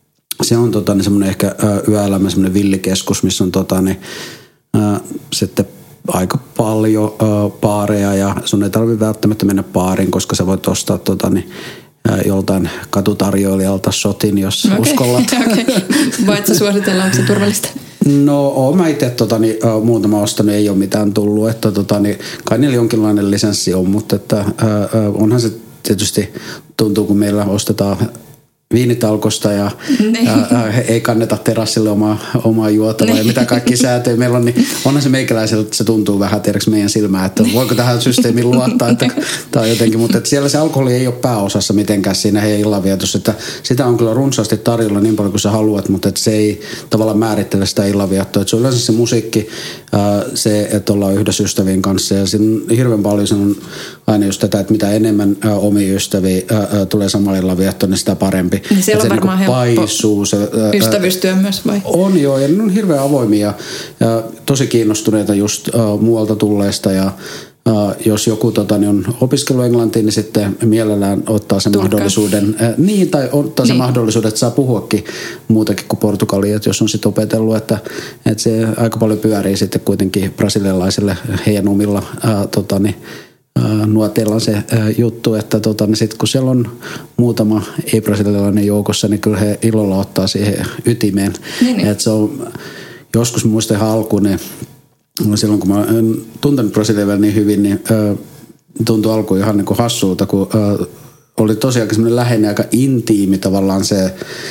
se on tota, niin semmoinen ehkä yöelämä, semmoinen villikeskus, missä on tota, niin, ää, sitten aika paljon ää, baareja ja sun ei tarvitse välttämättä mennä baariin, koska sä voit ostaa tota, niin, ää, joltain katutarjoilijalta shotin, jos okay. uskollat. Okay. Voit sä suositella, onko se turvallista? No oon mä itse tota, niin, uh, muutama ostanut, ei ole mitään tullut, että tota, niin, kai niillä jonkinlainen lisenssi on, mutta että, uh, uh, onhan se tietysti tuntuu, kun meillä ostetaan viinitalkosta ja niin. ää, ää, ei kanneta terassille omaa, omaa juotavaa ja mitä kaikki säätöjä meillä on, niin onhan se meikäläisellä, että se tuntuu vähän tiedäks meidän silmään, että voiko tähän systeemiin luottaa, että, tai jotenkin, mutta että siellä se alkoholi ei ole pääosassa mitenkään siinä heidän illanvietossa, että sitä on kyllä runsaasti tarjolla niin paljon kuin sä haluat, mutta että se ei tavallaan määrittele sitä illanviettoa, että se on yleensä se musiikki, ää, se, että ollaan yhdessä ystävien kanssa ja siinä on hirveän paljon se on aina just tätä, että mitä enemmän ää, omia ystäviä ää, ää, tulee samalla illanviettoon, niin sitä parempi. Niin siellä on varmaan niin helppo paisuu, se, ystävystyä myös vai? On joo, ja ne on hirveän avoimia ja tosi kiinnostuneita just uh, muualta tulleista ja uh, jos joku tota, niin on opiskellut englantia, niin sitten mielellään ottaa sen Tulkkaa. mahdollisuuden, uh, niin tai ottaa niin. sen mahdollisuuden, että saa puhuakin muutakin kuin portugalia, että jos on sitten opetellut, että, että se aika paljon pyörii sitten kuitenkin brasilialaisille heidän omilla uh, tota, niin, nuoteilla on se juttu, että tota, niin sit kun siellä on muutama ei-brasilialainen joukossa, niin kyllä he ilolla ottaa siihen ytimeen. Niin, niin. Et se on, joskus muistan ihan alkuun, niin silloin kun mä en tuntenut Brasiliaa niin hyvin, niin äh, tuntui alkuun ihan niin kuin hassulta, kun äh, oli tosiaan semmoinen läheinen aika intiimi tavallaan se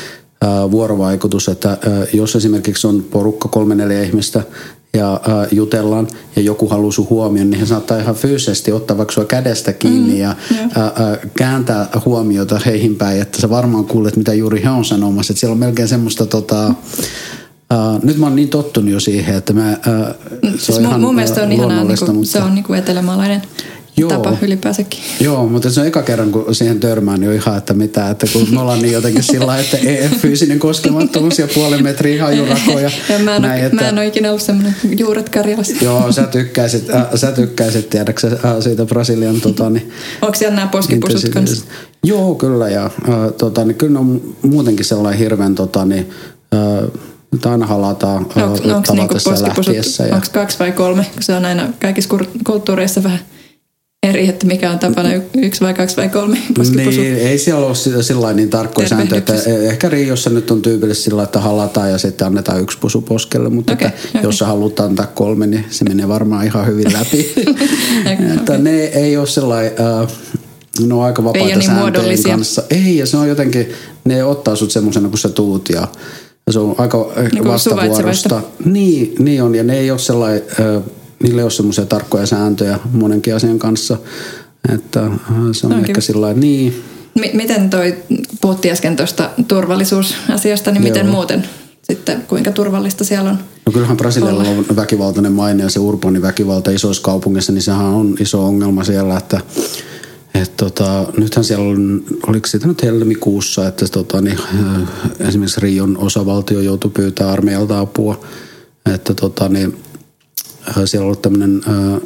äh, vuorovaikutus, että äh, jos esimerkiksi on porukka kolme neljä ihmistä, ja äh, jutellaan ja joku haluaa sun huomioon, niin he saattaa ihan fyysisesti ottaa vaikka sua kädestä kiinni mm, ja äh, äh, kääntää huomiota heihin päin, että sä varmaan kuulet, mitä juuri he on sanomassa. Että siellä on melkein semmoista tota, äh, nyt mä oon niin tottunut jo siihen, että mä, äh, se siis on ihan mun mielestä on ihanaa, niin kuin, mutta... se on niin kuin etelämaalainen Joo. tapa ylipäänsäkin. Joo, mutta se on eka kerran, kun siihen törmään, niin on ihan, että mitä, että kun me ollaan niin jotenkin sillä että ei fyysinen koskemattomuus ja puolen metrin hajurakoja. Ja mä en, näin, ole, että... mä en ole ikinä ollut semmoinen juuret Karjalassa. Joo, sä tykkäisit, äh, sä tykkäisit tiedäksä äh, siitä Brasilian tota, niin... Onko siellä nämä poskipusut kanssa? Joo, kyllä ja äh, tota, niin, kyllä ne on muutenkin sellainen hirveän tota, niin, äh, aina halataan äh, Onko niinku poskipusut, ja... onko kaksi vai kolme? Kun se on aina kaikissa kulttuureissa vähän eri, että mikä on tapana yksi vai kaksi vai kolme poskipusut. Niin, ei siellä ole sillä niin tarkkoja sääntöjä, että ehkä Riossa nyt on tyypillisesti sillä, että halataan ja sitten annetaan yksi pusu poskelle, mutta okay, että okay. jos sä haluat antaa kolme, niin se menee varmaan ihan hyvin läpi. okay, että okay. Ne ei ole sellainen, äh, ne on aika vapaita niin sääntöjen kanssa. Ei, ja se on jotenkin, ne ottaa sut semmoisena, kun sä tuut ja, ja se on aika niin vastavuorosta. Niin, niin on, ja ne ei ole sellainen... Äh, niillä ei ole semmoisia tarkkoja sääntöjä monenkin asian kanssa. Että se on no, ehkä sillä niin. M- miten toi, puhuttiin äsken tuosta turvallisuusasiasta, niin Joo. miten muuten sitten, kuinka turvallista siellä on? No kyllähän Brasilialla on väkivaltainen maine ja se urbaani väkivalta isoissa kaupungeissa, niin sehän on iso ongelma siellä, että et tota, nythän siellä on, oliko siitä nyt helmikuussa, että tota, niin, esimerkiksi Rion osavaltio joutui pyytää armeijalta apua, että tota, niin, siellä on ollut tämmöinen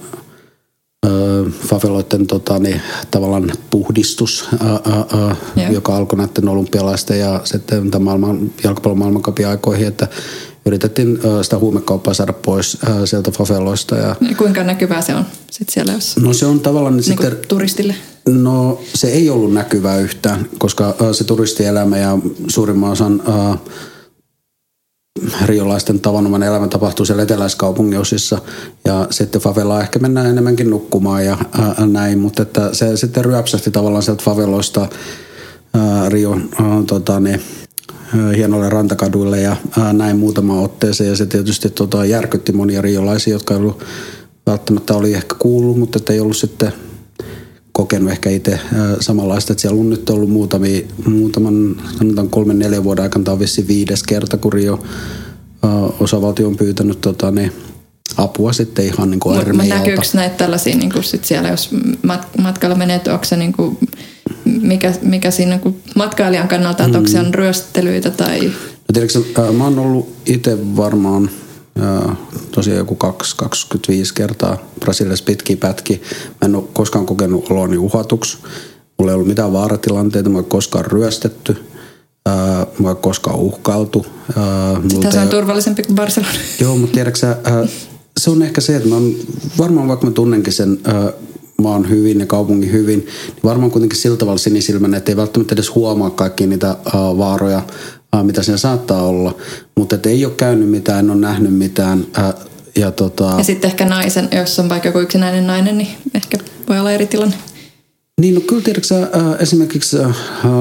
faveloiden tota, niin, tavallaan puhdistus, ää, ää, yeah. joka alkoi näiden olympialaisten ja sitten maailman, jalkapallon maailmankapin aikoihin, että yritettiin ää, sitä huumekauppaa saada pois ää, sieltä faveloista. Ja, ja kuinka näkyvää se on sitten siellä, jos no se on tavallaan niin sitten, turistille? No se ei ollut näkyvää yhtään, koska ää, se turistielämä ja suurimman osan ää, riolaisten tavanomainen elämä tapahtuu siellä eteläiskaupungin osissa ja sitten favelaa ehkä mennään enemmänkin nukkumaan ja ää, näin, mutta että se sitten ryöpsähti tavallaan sieltä faveloista ää, Rion ää, tota, niin, ää, hienoille rantakaduille ja ää, näin muutama otteeseen ja se tietysti tota, järkytti monia riolaisia, jotka ei ollut, välttämättä oli ehkä kuullut, mutta että ei ollut sitten kokenut ehkä itse samanlaista, että siellä on nyt ollut muutamia, muutaman, sanotaan kolmen, neljän vuoden aikana, tämä on vissiin viides kerta, kun Rio osavaltio on pyytänyt tota, niin, apua sitten ihan niin kuin armeijalta. Näkyykö näitä tällaisia niin kuin sit siellä, jos matkalla menee, että onko se niin kuin, mikä, mikä siinä niin kuin matkailijan kannalta, että onko siellä ryöstelyitä tai? No tiedätkö, mä oon ollut itse varmaan Ja tosiaan joku kaksikymmentäviisi kertaa Brasiliassa pitkiä pätkiä. Mä en ole koskaan kokenut oloni uhatuksi. Mulla ei ollut mitään vaaratilanteita, mä en ole koskaan ryöstetty. Mä en ole koskaan uhkailtu. Sitä se on turvallisempi kuin Barcelona. Joo, mutta tiedätkö sä, se on ehkä se, että mä on, varmaan vaikka mä tunnenkin sen maan hyvin ja kaupungin hyvin, niin varmaan kuitenkin sillä tavalla sinisilmäinen, että ei välttämättä edes huomaa kaikkia niitä vaaroja, mitä siellä saattaa olla, mutta ei ole käynyt mitään, en ole nähnyt mitään. Ää, ja, tota... ja sitten ehkä naisen, jos on vaikka joku yksinäinen nainen, niin ehkä voi olla eri tilanne. Niin, no kyllä tiedätkö sä, ää, esimerkiksi ää,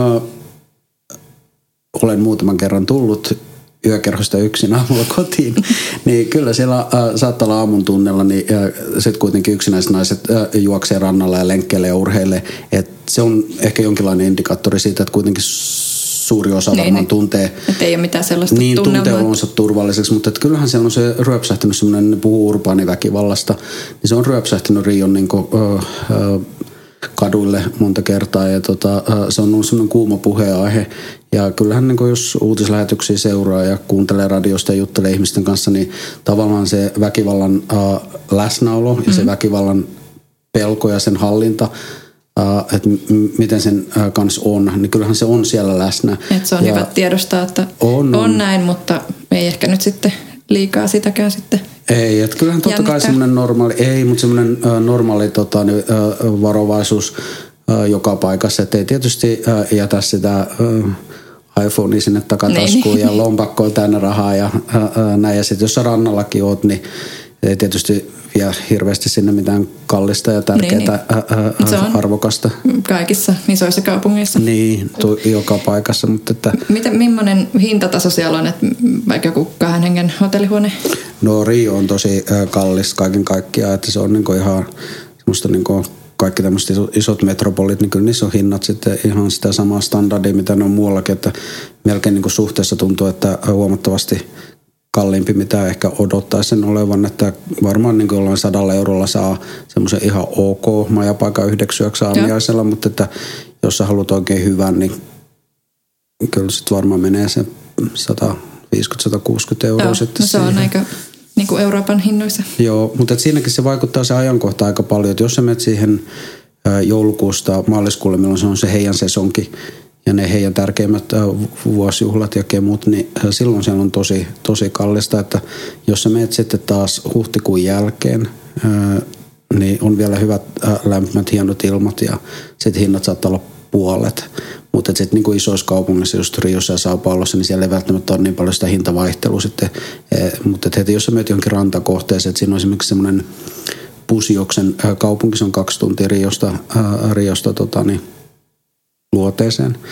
olen muutaman kerran tullut yökerhosta yksin aamulla kotiin, niin kyllä siellä ää, saattaa olla aamun tunnella, niin sitten kuitenkin yksinäiset naiset ää, juoksee rannalla ja lenkkeilee ja urheilee. Et se on ehkä jonkinlainen indikaattori siitä, että kuitenkin suuri osa niin, varmaan niin. tuntee. Että ei ole mitään sellaista niin, tunnelmaa. Niin, tuntee olonsa turvalliseksi, mutta että kyllähän siellä on se ryöpsähtänyt semmoinen, ne puhuu urbaaniväkivallasta, niin se on ryöpsähtänyt Rion niin kuin, ö, ö, kaduille monta kertaa ja tota, se on ollut semmoinen kuuma puheenaihe. Ja kyllähän niin kuin jos uutislähetyksiä seuraa ja kuuntelee radiosta ja juttelee ihmisten kanssa, niin tavallaan se väkivallan äh, läsnäolo mm-hmm. ja se väkivallan pelko ja sen hallinta, äh, että m- miten sen äh, kanssa on, niin kyllähän se on siellä läsnä. Että se on ja hyvä tiedostaa, että on, on näin, mutta ei ehkä nyt sitten liikaa sitäkään sitten. Ei, että kyllähän totta kai semmoinen normaali, ei, mutta semmoinen äh, normaali tota, niin, äh, varovaisuus äh, joka paikassa, että ei tietysti äh, jätä sitä äh, iPhonea sinne takataskuun niin. Ja lompakkoon täynnä rahaa ja äh, äh, näin. Ja sitten jos sä rannallakin oot, niin ei tietysti vie hirveästi sinne mitään kallista ja tärkeää niin, niin. Äh, äh, arvokasta. Kaikissa isoissa kaupungeissa. Niin, tu- joka paikassa. Mutta että miten, millainen hintataso siellä on, että vaikka joku kahden hengen hotellihuone? No Rio on tosi äh, kallis kaiken kaikkiaan, että se on niinku ihan semmoista niinku kaikki tämmöiset isot metropolit, niin kyllä niissä on hinnat sitten ihan sitä samaa standardia, mitä ne on muuallakin, että melkein niinku suhteessa tuntuu, että huomattavasti kalliimpi, mitä ehkä odottaisi sen olevan, että varmaan niin kuin jollain sadalla eurolla saa semmoisen ihan ok majapaikan yhdeksi yöksi aamiaisella, mutta että jos sä haluat oikein hyvän, niin kyllä sitten varmaan menee se sata viisikymmentä sata kuusikymmentä euroa. Joo, sitten no se on aika niin kuin Euroopan hinnoissa. Joo, mutta että siinäkin se vaikuttaa se ajankohta aika paljon, että jos sä menet siihen joulukuusta maaliskuulle, milloin se on se heidän sesonki, ja ne heidän tärkeimmät vuosijuhlat ja kemut, niin silloin siellä on tosi, tosi kallista, että jos sä menet sitten taas huhtikuun jälkeen, niin on vielä hyvät lämpimät hienot ilmat ja sitten hinnat saattaa olla puolet. Mutta sitten niin isoissa kaupungeissa, just Riossa ja Sao Paulossa, niin siellä ei välttämättä ole niin paljon sitä hintavaihtelua sitten. Mutta heti jos sä menet jonkin rantakohteeseen, että siinä on esimerkiksi semmoinen Pusioksen kaupunki, se on kaksi tuntia Riosta, Riosta tota, niin, luoteeseen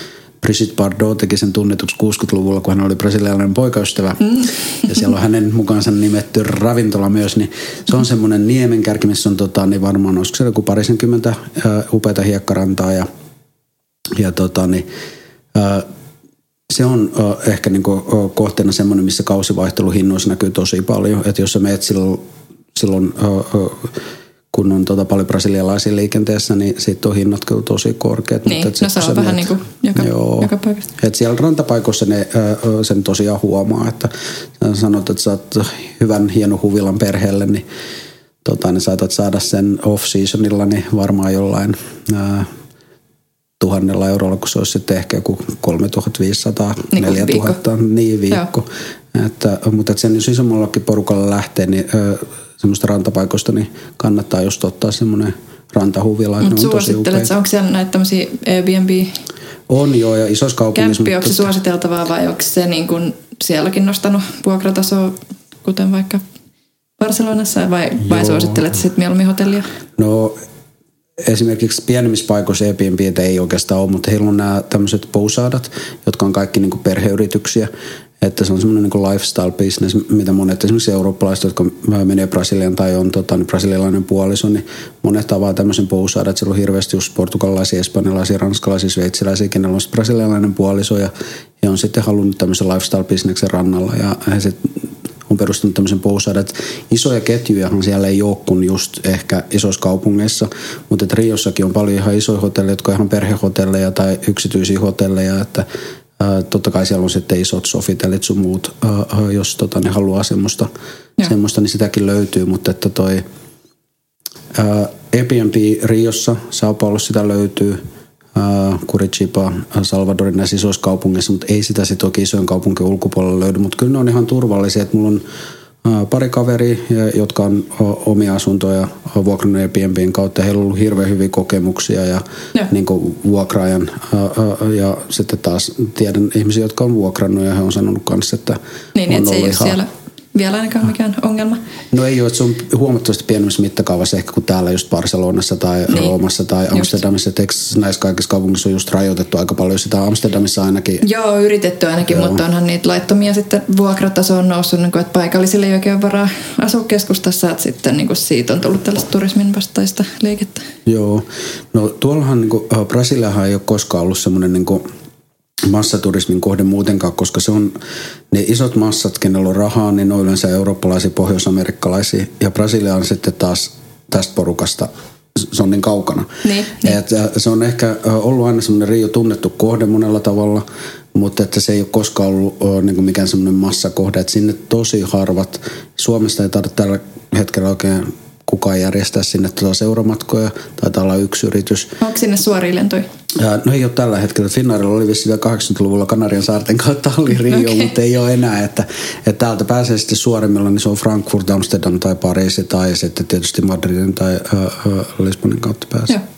Brigitte Bardot teki sen tunnetuksi kuusikymmentäluvulla, kun hän oli brasilialainen poikaystävä. Mm. Ja siellä on hänen mukaansa nimetty ravintola myös. Niin se on semmoinen niemenkärki, missä on tota, niin varmaan olisiko se joku parisenkymmentä äh, upeata hiekkarantaa. Ja, ja tota, niin, äh, se on äh, ehkä niinku, äh, kohteena semmoinen, missä kausivaihteluhinnoissa näkyy tosi paljon. Että jos sä meet silloin, silloin äh, äh, kun on tota paljon brasilialaisia liikenteessä, niin siitä on hinnat kyllä tosi korkeat. Niin, mutta no se on vähän meet, niin kuin joka, joka paikasta. Että siellä rantapaikoissa ne ö, sen tosiaan huomaa, että sanot, että saat hyvän hienon huvilan perheelle, niin tota, ne saatat saada sen off-seasonilla niin varmaan jollain ää, tuhannella eurolla, kun se olisi sitten ehkä joku kolmetuhattaviisisataa, niin neljätuhatta, niin viikko. Että, mutta että sen jos isommallakin porukalla lähtee, niin ö, semmoista rantapaikoista, niin kannattaa just ottaa semmoinen rantahuvila. Mutta suosittelet, onko siellä näitä tämmöisiä Airbnb? On joo, ja isoissa kaupungissa. Kämppi, onko se suositeltavaa vai onko se niin kuin sielläkin nostanut vuokratasoa, kuten vaikka Barcelonassa, vai, vai suosittelet sitten mieluummin hotellia? No esimerkiksi pienemmissä paikoissa Airbnb ei oikeastaan ole, mutta heillä on nämä tämmöiset pousadat, jotka on kaikki niin kuin perheyrityksiä. Että se on semmoinen niin lifestyle business, mitä monet esimerkiksi eurooppalaiset, jotka menee Brasiliaan tai on tota, niin brasilialainen puoliso, niin monet avaa tämmöisen pousadan, että siellä on hirveästi just portugalaisia, espanjalaisia, ranskalaisia, sveitsiläisiä, kenellä on brasilialainen puoliso ja he on sitten halunnut tämmöisen lifestyle businessin rannalla ja he sitten on perustanut tämmöisen pousadan, että isoja ketjujahan siellä ei ole kuin just ehkä isoissa kaupungeissa, mutta että Riossakin on paljon ihan isoja hotelleja, jotka on ihan perhehotelleja tai yksityisiä hotelleja, että Uh, totta kai siellä on sitten isot sofitelit sun muut, uh, jos tota, ne haluaa semmoista, semmoista, niin sitäkin löytyy, mutta että toi uh, Airbnb Riossa, Sao Paulo sitä löytyy, uh, Curitiba, Salvadorin näissä isoissa kaupungeissa, mutta ei sitä sitten toki isojen kaupunkien ulkopuolella löydy, mutta kyllä ne on ihan turvallisia, että mulla on pari kaveria, jotka on omia asuntoja vuokrannut Airbnbin kautta. Heillä on ollut hirveän hyviä kokemuksia ja niin kuin vuokraajan. Ja sitten taas tiedän ihmisiä, jotka on vuokrannut ja he on sanonut kanssa, että niin, on että se ei ole ihan siellä vielä ainakaan mikään ongelma. No ei ole, että se on huomattavasti pienemmässä mittakaavassa ehkä kuin täällä just Barcelonassa tai niin. Roomassa tai Amsterdamissa. Että eikö näissä kaikissa kaupungissa on just rajoitettu aika paljon sitä Amsterdamissa ainakin? Joo, yritetty ainakin, Joo. mutta onhan niitä laittomia sitten vuokrataso on noussut, niin kuin, että paikallisille ei oikein varaa asua keskustassa, että sitten niin kuin siitä on tullut tällaista turismin vastaista liikettä. Joo, no tuollahan niin kuin, Brasiliahan ei ole koskaan ollut semmoinen niin kuin massaturismin kohde muutenkaan, koska se on ne isot massat, kenellä on rahaa, niin ne on yleensä eurooppalaisia, pohjoisamerikkalaisia ja Brasilia on sitten taas tästä porukasta, se on niin kaukana. Niin, Et niin. Se on ehkä ollut aina semmoinen Rio tunnettu kohde monella tavalla, mutta että se ei ole koskaan ollut niin kuin mikään semmoinen massakohde, että sinne tosi harvat, Suomesta ei tarvitse tällä hetkellä oikein kukaan järjestää sinne tuota seuramatkoja, taitaa olla yksi yritys. Onko sinne suoria lentoja? No ei ole tällä hetkellä. Finnairilla oli vissiin vielä kahdeksankymmentäluvulla Kanarian saarten kautta oli Rio, okay. Mutta ei ole enää. Että, että täältä pääsee sitten suorimmilla, niin se on Frankfurt, Amsterdam tai Pariisi tai sitten tietysti Madridin tai äh, äh, Lisbonin kautta pääsee. Joo.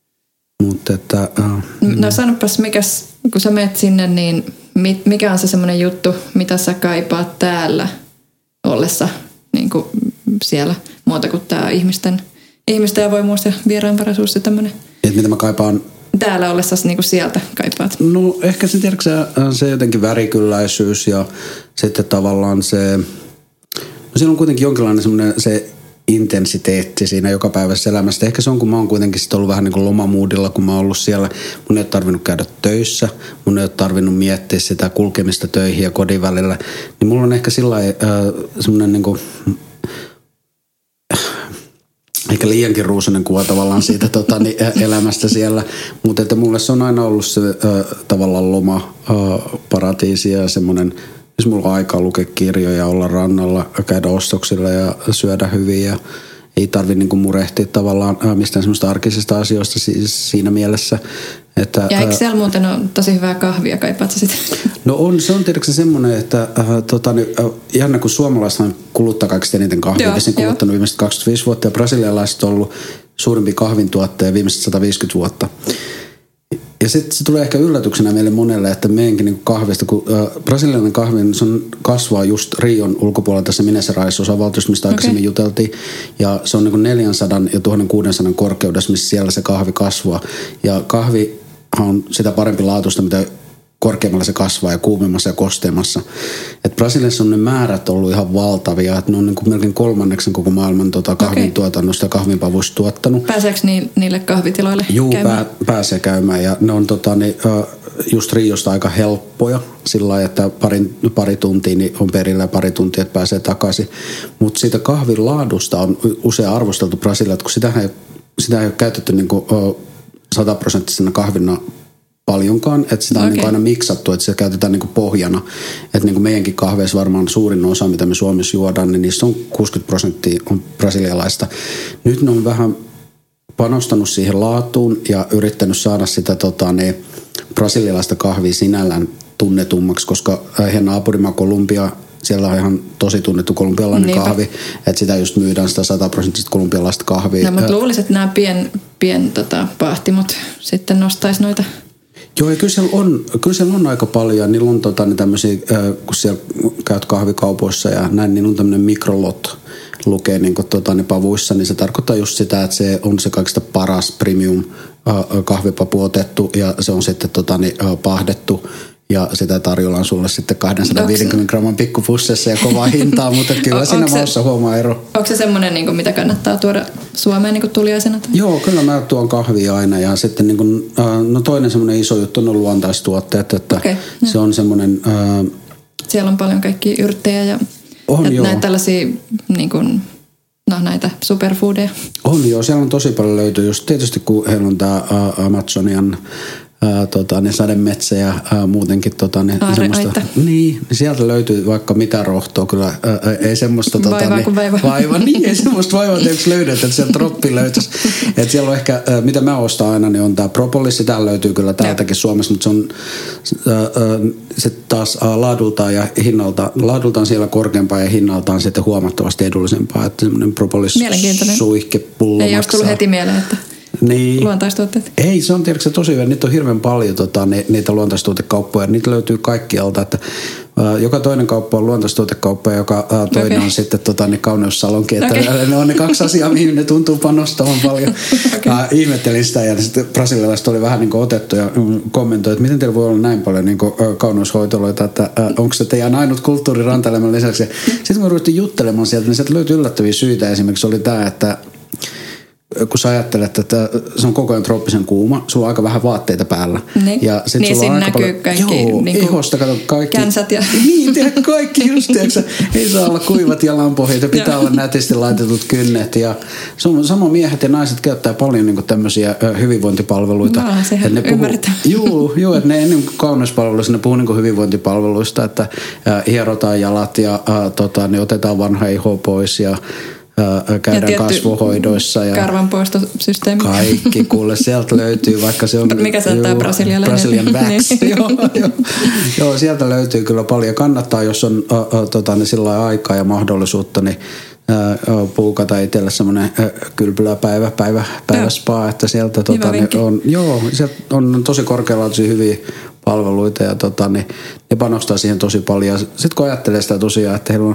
Mutta että... Äh, no sanopas, mikäs, kun sä menet sinne, niin mikä on se semmoinen juttu, mitä sä kaipaat täällä ollessa niin kuin siellä muuta kuin tämä ihmisten, ihmisten avoimuus ja vieraanvaraisuus ja tämmöinen. Että mitä mä kaipaan? Täällä ollessasi niin kuin sieltä kaipaat. No ehkä se tiedätkö se jotenkin värikylläisyys ja sitten tavallaan se, no siinä on kuitenkin jonkinlainen semmoinen se intensiteetti siinä jokapäiväisessä elämässä. Ehkä se on, kun mä oon kuitenkin sit ollut vähän niin kuin lomamuudilla, kun mä oon ollut siellä. Mun ei ole tarvinnut käydä töissä, mun ei ole tarvinnut miettiä sitä kulkemista töihin ja kodin välillä. Niin mulla on ehkä sillä lailla äh, semmoinen niin kuin ehkä liiankin ruusuinen kuva tavallaan siitä tota, niin, elämästä siellä, mutta että mulle se on aina ollut se äh, tavallaan loma äh, paratiisi ja semmoinen, jos mulla on aikaa lukea kirjoja, olla rannalla, käydä ostoksilla ja syödä hyvin ja ei tarvitse niinku murehtia tavallaan äh, mistään semmoista arkisista asioista siis siinä mielessä. Että, ja eikö siellä muuten ole tosi hyvää kahvia, kaipaat sä sitä? No on, se on tietysti semmoinen, että äh, tota, niin, äh, jännä kun suomalaisethan kuluttaa kaikista eniten kahvia, ja sen kuluttanut viimeiset kaksikymmentäviisi vuotta ja brasilialaiset on ollut suurimpi kahvintuottaja viimeiset sata viisikymmentä vuotta. Ja sitten se tulee ehkä yllätyksenä meille monelle, että meidänkin niin kahvista, kun äh, brasilialainen kahvi, niin se on, kasvaa just Rion ulkopuolella tässä Minas Gerais osavaltiossa, mistä okay. aikaisemmin juteltiin. Ja se on niin neljäsataa ja tuhatkuusisataa korkeudessa, missä siellä se kahvi kasvaa. Ja kahvi on sitä parempi laatusta, mitä korkeammalla se kasvaa ja kuumemmassa ja kosteammassa. Et Brasiliassa on ne määrät ollut ihan valtavia, että ne on niin kuin melkein kolmanneksen koko maailman tota kahvin okay. tuotannosta ja kahvinpavuista tuottanut. Pääseekö niille kahvitiloille Juu, käymään? Juu, pää, pääsee käymään ja ne on tota, niin, just Riosta aika helppoja sillä lailla, että pari, pari tuntia niin on perillä ja pari tuntia, että pääsee takaisin. Mutta siitä kahvin laadusta on usein arvosteltu Brasilia, että kun sitä ei, sitä ei ole käytetty niin kuin sataprosenttisena kahvina paljonkaan, että sitä on okay. niin aina miksattu, että se käytetään niin pohjana. Että niin meidänkin kahveissa varmaan suurin osa, mitä me Suomessa juodaan, niin niistä on kuusikymmentä prosenttia on brasilialaista. Nyt ne on vähän panostanut siihen laatuun ja yrittänyt saada sitä tota, ne, brasilialaista kahvia sinällään tunnetummaksi, koska heidän naapurimaa Kolumbia, siellä on ihan tosi tunnettu kolumbialainen Niinpä. kahvi, että sitä just myydään sitä sataprosenttista kolumbialaista kahvia. No, mutta luulisin, että nämä pien, pien tota, paahtimot sitten nostaisi noita. Joo, ja kyllä siellä on, kyllä siellä on aika paljon. Niillä on tota, niin tämmöisiä, kun siellä käyt kahvikaupoissa ja näin, niin on tämmöinen mikrolot lukee niin kuin, tota, niin pavuissa, niin se tarkoittaa just sitä, että se on se kaikista paras premium kahvipapu otettu ja se on sitten tota, niin, pahdettu. Ja sitä tarjollaan sulle sitten kaksisataaviisikymmentä gramman pikkupusseissa ja kovaa hintaa, mutta kyllä siinä maussa huomaa ero. Onko se semmoinen, niin mitä kannattaa tuoda Suomeen niin tuliaisena? Joo, kyllä mä tuon kahvia aina. Ja sitten niin kuin, no toinen semmoinen iso juttu on luontaistuotteet, että okay, se on semmoinen... Äh, siellä on paljon kaikkia yrttejä ja on, näitä tällaisia niin kuin, no, näitä superfoodeja. On joo, siellä on tosi paljon löytyy. Just tietysti kun heillä on tämä Amazonian... Ää, tota, ne sademetsä ja ää, muutenkin tota, ne, semmoista, niin, niin, sieltä löytyy vaikka mitä rohtoa kyllä, ää, ei semmoista tota, vaivaa niin, kuin vaivaa. Vaiva, niin ei semmoista vaivaa tietysti löydät, että sieltä troppi löytäisi. Että siellä on ehkä, ää, mitä mä ostan aina, niin on tää propolissi, täällä löytyy kyllä täältäkin Suomessa, mutta se on ää, se taas ää, laadultaan ja hinnaltaan, laadultaan siellä korkeampaa ja hinnaltaan sitten huomattavasti edullisempaa, että semmoinen propolissuihkepullo ei maksaa. Ei ole tullut heti mieleen, että niin. Luontaistuotteet? Ei, se on tietysti tosi hyvä. Niitä on hirveän paljon tota, ne, niitä luontaistuotekauppoja. Niitä löytyy kaikkialta. Että, uh, joka toinen kauppa on luontaistuotekauppa, joka uh, toinen okay. on sitten tota, ne kauneussalonki. Että okay. Ne on ne kaksi asiaa, mihin ne tuntuu panostavan paljon. Okay. Uh, ihmettelin sitä ja sitten brasilialaiset oli vähän niin kuin otettu ja mm, kommentoi, että miten teillä voi olla näin paljon niin kuin, uh, kauneushoitoloita, että uh, onko se teidän ainut kulttuuri Rantaniemen lisäksi. Sitten me ruvettiin juttelemaan sieltä, niin sieltä löytyi yllättäviä syitä. Esimerkiksi oli tämä, että kun sä ajattelet, että se on koko ajan trooppisen kuuma, sulla on aika vähän vaatteita päällä. Niin, ja sit niin sulla on aika näkyy paljon, kaikki joo, niin ihosta, kato, kaikki. Känsät ja... Niin, tiedä, kaikki just, tiedätkö, ei saa olla kuivat jalanpohjat ja pitää olla nätisti laitetut kynnet. Ja sama miehet ja naiset käyttää paljon niin tämmöisiä hyvinvointipalveluita. No, sehän ne ymmärretään. Juu, juu, että ne ennen kuin kauneuspalveluissa, ne puhuu niin hyvinvointipalveluista, että äh, hierotaan jalat ja äh, tota, ne otetaan vanha iho pois ja käydään kasvohoidoissa. Ja karvanpoistosysteemi. Kaikki, kuule, sieltä löytyy, vaikka se on... Mikä se on tämä brasilialainen? Brazilian wax. joo, joo, joo, sieltä löytyy kyllä paljon. Kannattaa, jos on uh, uh, tota, niin sillä aikaa ja mahdollisuutta, niin uh, uh, puukata itselle semmoinen uh, kylpyläpäivä, päivä, päivä spa, että sieltä tota, niin on, joo, sieltä on tosi korkealaatuisia hyviä palveluita ja tota, niin, ne panostaa siihen tosi paljon. Sitten kun ajattelee sitä tosiaan, että heillä on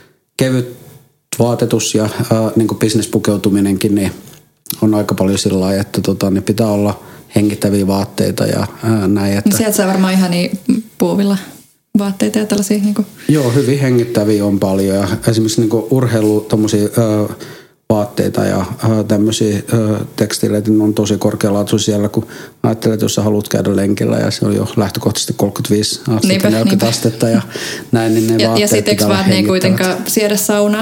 kevyt vaatetus ja ää, niin kuin bisnespukeutuminenkin niin on aika paljon sillä lailla, että tota, niin pitää olla hengittäviä vaatteita ja ää, näin. Että... Sieltä saa varmaan ihan niin puuvilla vaatteita ja tällaisia. Niin kuin... Joo, hyvin hengittäviä on paljon ja esimerkiksi niin kuin urheilu, tommosia ää, vaatteita ja ää, tämmöisiä ää, tekstiileitä on tosi korkealaatuisia siellä, kun ajattelet, että jos sä haluat käydä lenkillä ja se on jo lähtökohtaisesti kolmekymmentäviisi astetta, neljäkymmentä astetta ja näin, niin ne ja, vaatteet ja sitten eikö vaan ne ei kuitenkaan siedä saunaa?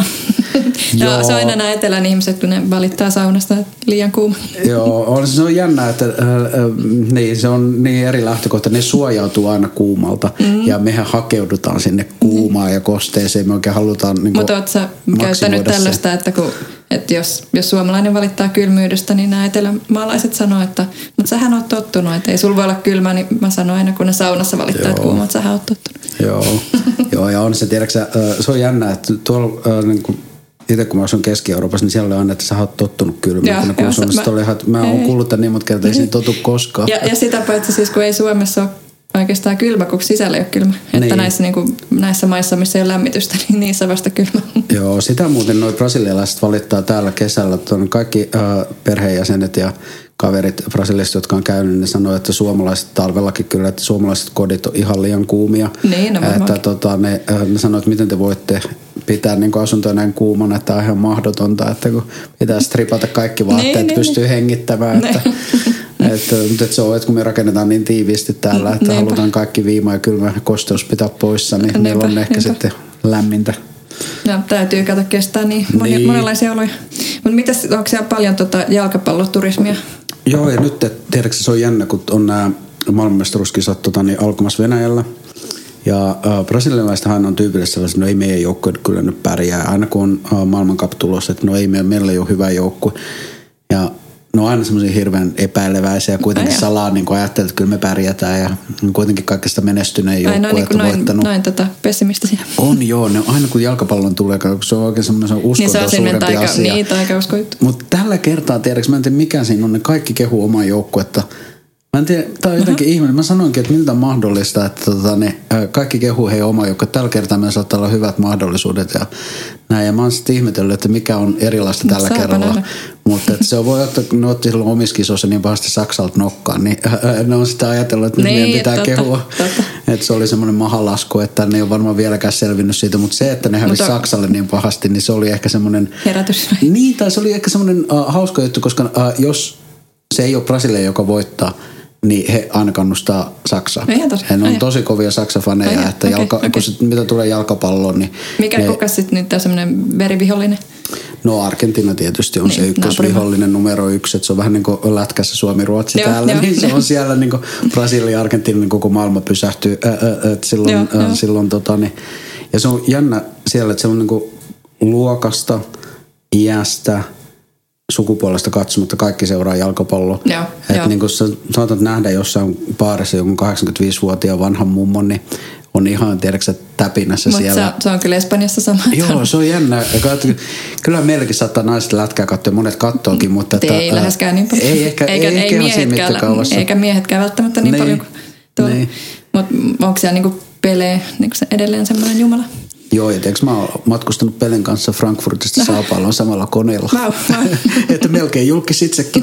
No, se on aina nämä etelän ihmiset, kun ne valittaa saunasta liian kuuma. Joo, on, se on jännä, että äh, niin, se on niin eri lähtökohta. Ne suojautuu aina kuumalta mm. ja mehän hakeudutaan sinne kuumaan mm. ja kosteeseen. Me oikein halutaan niin mutta ootko sä käyttänyt tällaista, että, kun, että jos, jos suomalainen valittaa kylmyydestä, niin nämä etelämaalaiset sanoo, että mutta sähän oot tottunut, että ei sulla voi olla kylmä, niin mä sanon aina, kun ne saunassa valittaa, että kuuma, että sähän oot tottunut. Joo, Joo ja on se, tiedätkö se on jännä, että tuolla niin kuin itse kun mä asun Keski-Euroopassa, niin siellä oli aina, että sä oot tottunut kylmään. Kun Suomessa oli, että mä oon kuullut tämän niin monta kertaa, ei siinä totu koskaan. Ja, ja sitä paitsi siis, kun ei Suomessa ole oikeastaan kylmä, kun sisällä ei ole kylmä. Että niin. näissä, niin kuin, näissä maissa, missä ei ole lämmitystä, niin niissä vasta kylmä. Joo, sitä muuten noi brasilialaiset valittaa täällä kesällä. Kaikki äh, perheenjäsenet ja kaverit Brasiliasta, jotka on käynyt, ne sanoo, että suomalaiset talvellakin kyllä, että suomalaiset kodit on ihan liian kuumia. Niin, no että tota, ne, ne sanoo, että miten te voitte pitää niin asuntoja näin kuumana, että on ihan mahdotonta, että kun pitää stripata kaikki vaatteet, niin, pystyy niin, hengittämään. Että, että, että se on, että kun me rakennetaan niin tiiviisti täällä, että niinpä, halutaan kaikki viima ja kylmä kosteus pitää poissa, niin niinpä, meillä on ehkä niinpä sitten lämmintä. No, täytyy kato kestää niin, monia, niin monenlaisia oloja. Mutta mitäs, onko siellä paljon tota jalkapalloturismia? Joo, ja nyt tiedätkö, se on jännä, kun on nämä maailmanmestaruuskisat tota, niin alkamassa Venäjällä. Ja äh, brasilialaistahan on tyypillisesti, että no ei meidän joukkue kyllä nyt pärjää. Aina kun on äh, maailmankap tulossa, että no ei meillä, meillä ei ole hyvä joukkue. Ja ne on aina semmoisia hirveän epäileväisiä ja kuitenkin Ai salaa niin ajattelee, että kyllä me pärjätään ja kuitenkin kaikista menestyneen joukkueet on noin, voittanut. Noin tota pessimistisiä. On joo, ne on aina kun jalkapallon tulee, kun se on oikein semmoinen uskontoa niin suurempi aika, asia. Niin, aika uskoittu. Mutta tällä kertaa, tiedätkö, mä en tiedä mikä siinä on, ne kaikki kehuu omaa joukkuetta. Mä en tiedä, tää on jotenkin uh-huh. ihmeellinen. Mä sanoinkin, että miltä on mahdollista, että tota, ne, kaikki kehuu heidän omaa joukkuetta. Tällä kertaa meillä saattaa olla hyvät mahdollisuudet ja näin. Ja mä oon sitten ihmetellyt, että mikä on erilaista tällä Saapa kerralla. Nähdä. Mutta se voi ottaa, kun ne otti silloin omissa kisoissa niin pahasti Saksalta nokkaan, niin ne on sitä ajatellut, että niin, meidän pitää totta, kehua. Totta. Että se oli semmoinen mahalasku, että ne ei ole varmaan vieläkään selvinnyt siitä. Mutta se, että ne hävisi Mutta... Saksalle niin pahasti, niin se oli ehkä semmoinen... Herätys. Niin, tai se oli ehkä semmoinen uh, hauska juttu, koska uh, jos se ei ole Brasilia, joka voittaa, niin he aina kannustaa Saksaa. He on Ai. tosi kovia Saksa-faneja, Ai. että jalka, okay, okay. Sit, mitä tulee jalkapalloon, niin... Mikä ne, kuka sitten nyt on semmoinen verivihollinen? No Argentiina tietysti on niin, se ykkösvihollinen numero yksi, että se on vähän niin kuin lätkässä Suomi-Ruotsi joo, täällä, joo, niin se on siellä niin kuin Brasilia, Argentiina, niin koko maailma pysähtyy ää, ää, et silloin, joo, ää, silloin tota, niin, ja se on jännä siellä, että se on niin kuin luokasta, iästä, sukupuolesta katsomatta kaikki seuraa jalkapalloa. Joo, että niin kuin sä saatat nähdä jossain baarissa jonkun kahdeksankymmentäviisivuotiaan vanhan mummon, niin on ihan, tiedätkö, täpinässä Mut siellä. Mutta se on kyllä Espanjassa sama. Joo, se on jännä. Kyllä meilläkin saattaa naiset lätkää katsoa, monet kattookin, mutta... Että, ei läheskään niin paljon. Ei ehkä, eikä, ei, ei miehetkään, eikä miehetkään välttämättä niin, niin paljon kuin tuolla. Niin. Mutta onko siellä niinku Pele niinku se edelleen semmoinen jumala? Joo, ja tiedätkö, mä oon matkustanut Pelen kanssa Frankfurtista Sao Pauloon samalla koneella. Wow, wow. Että melkein julkis itsekin.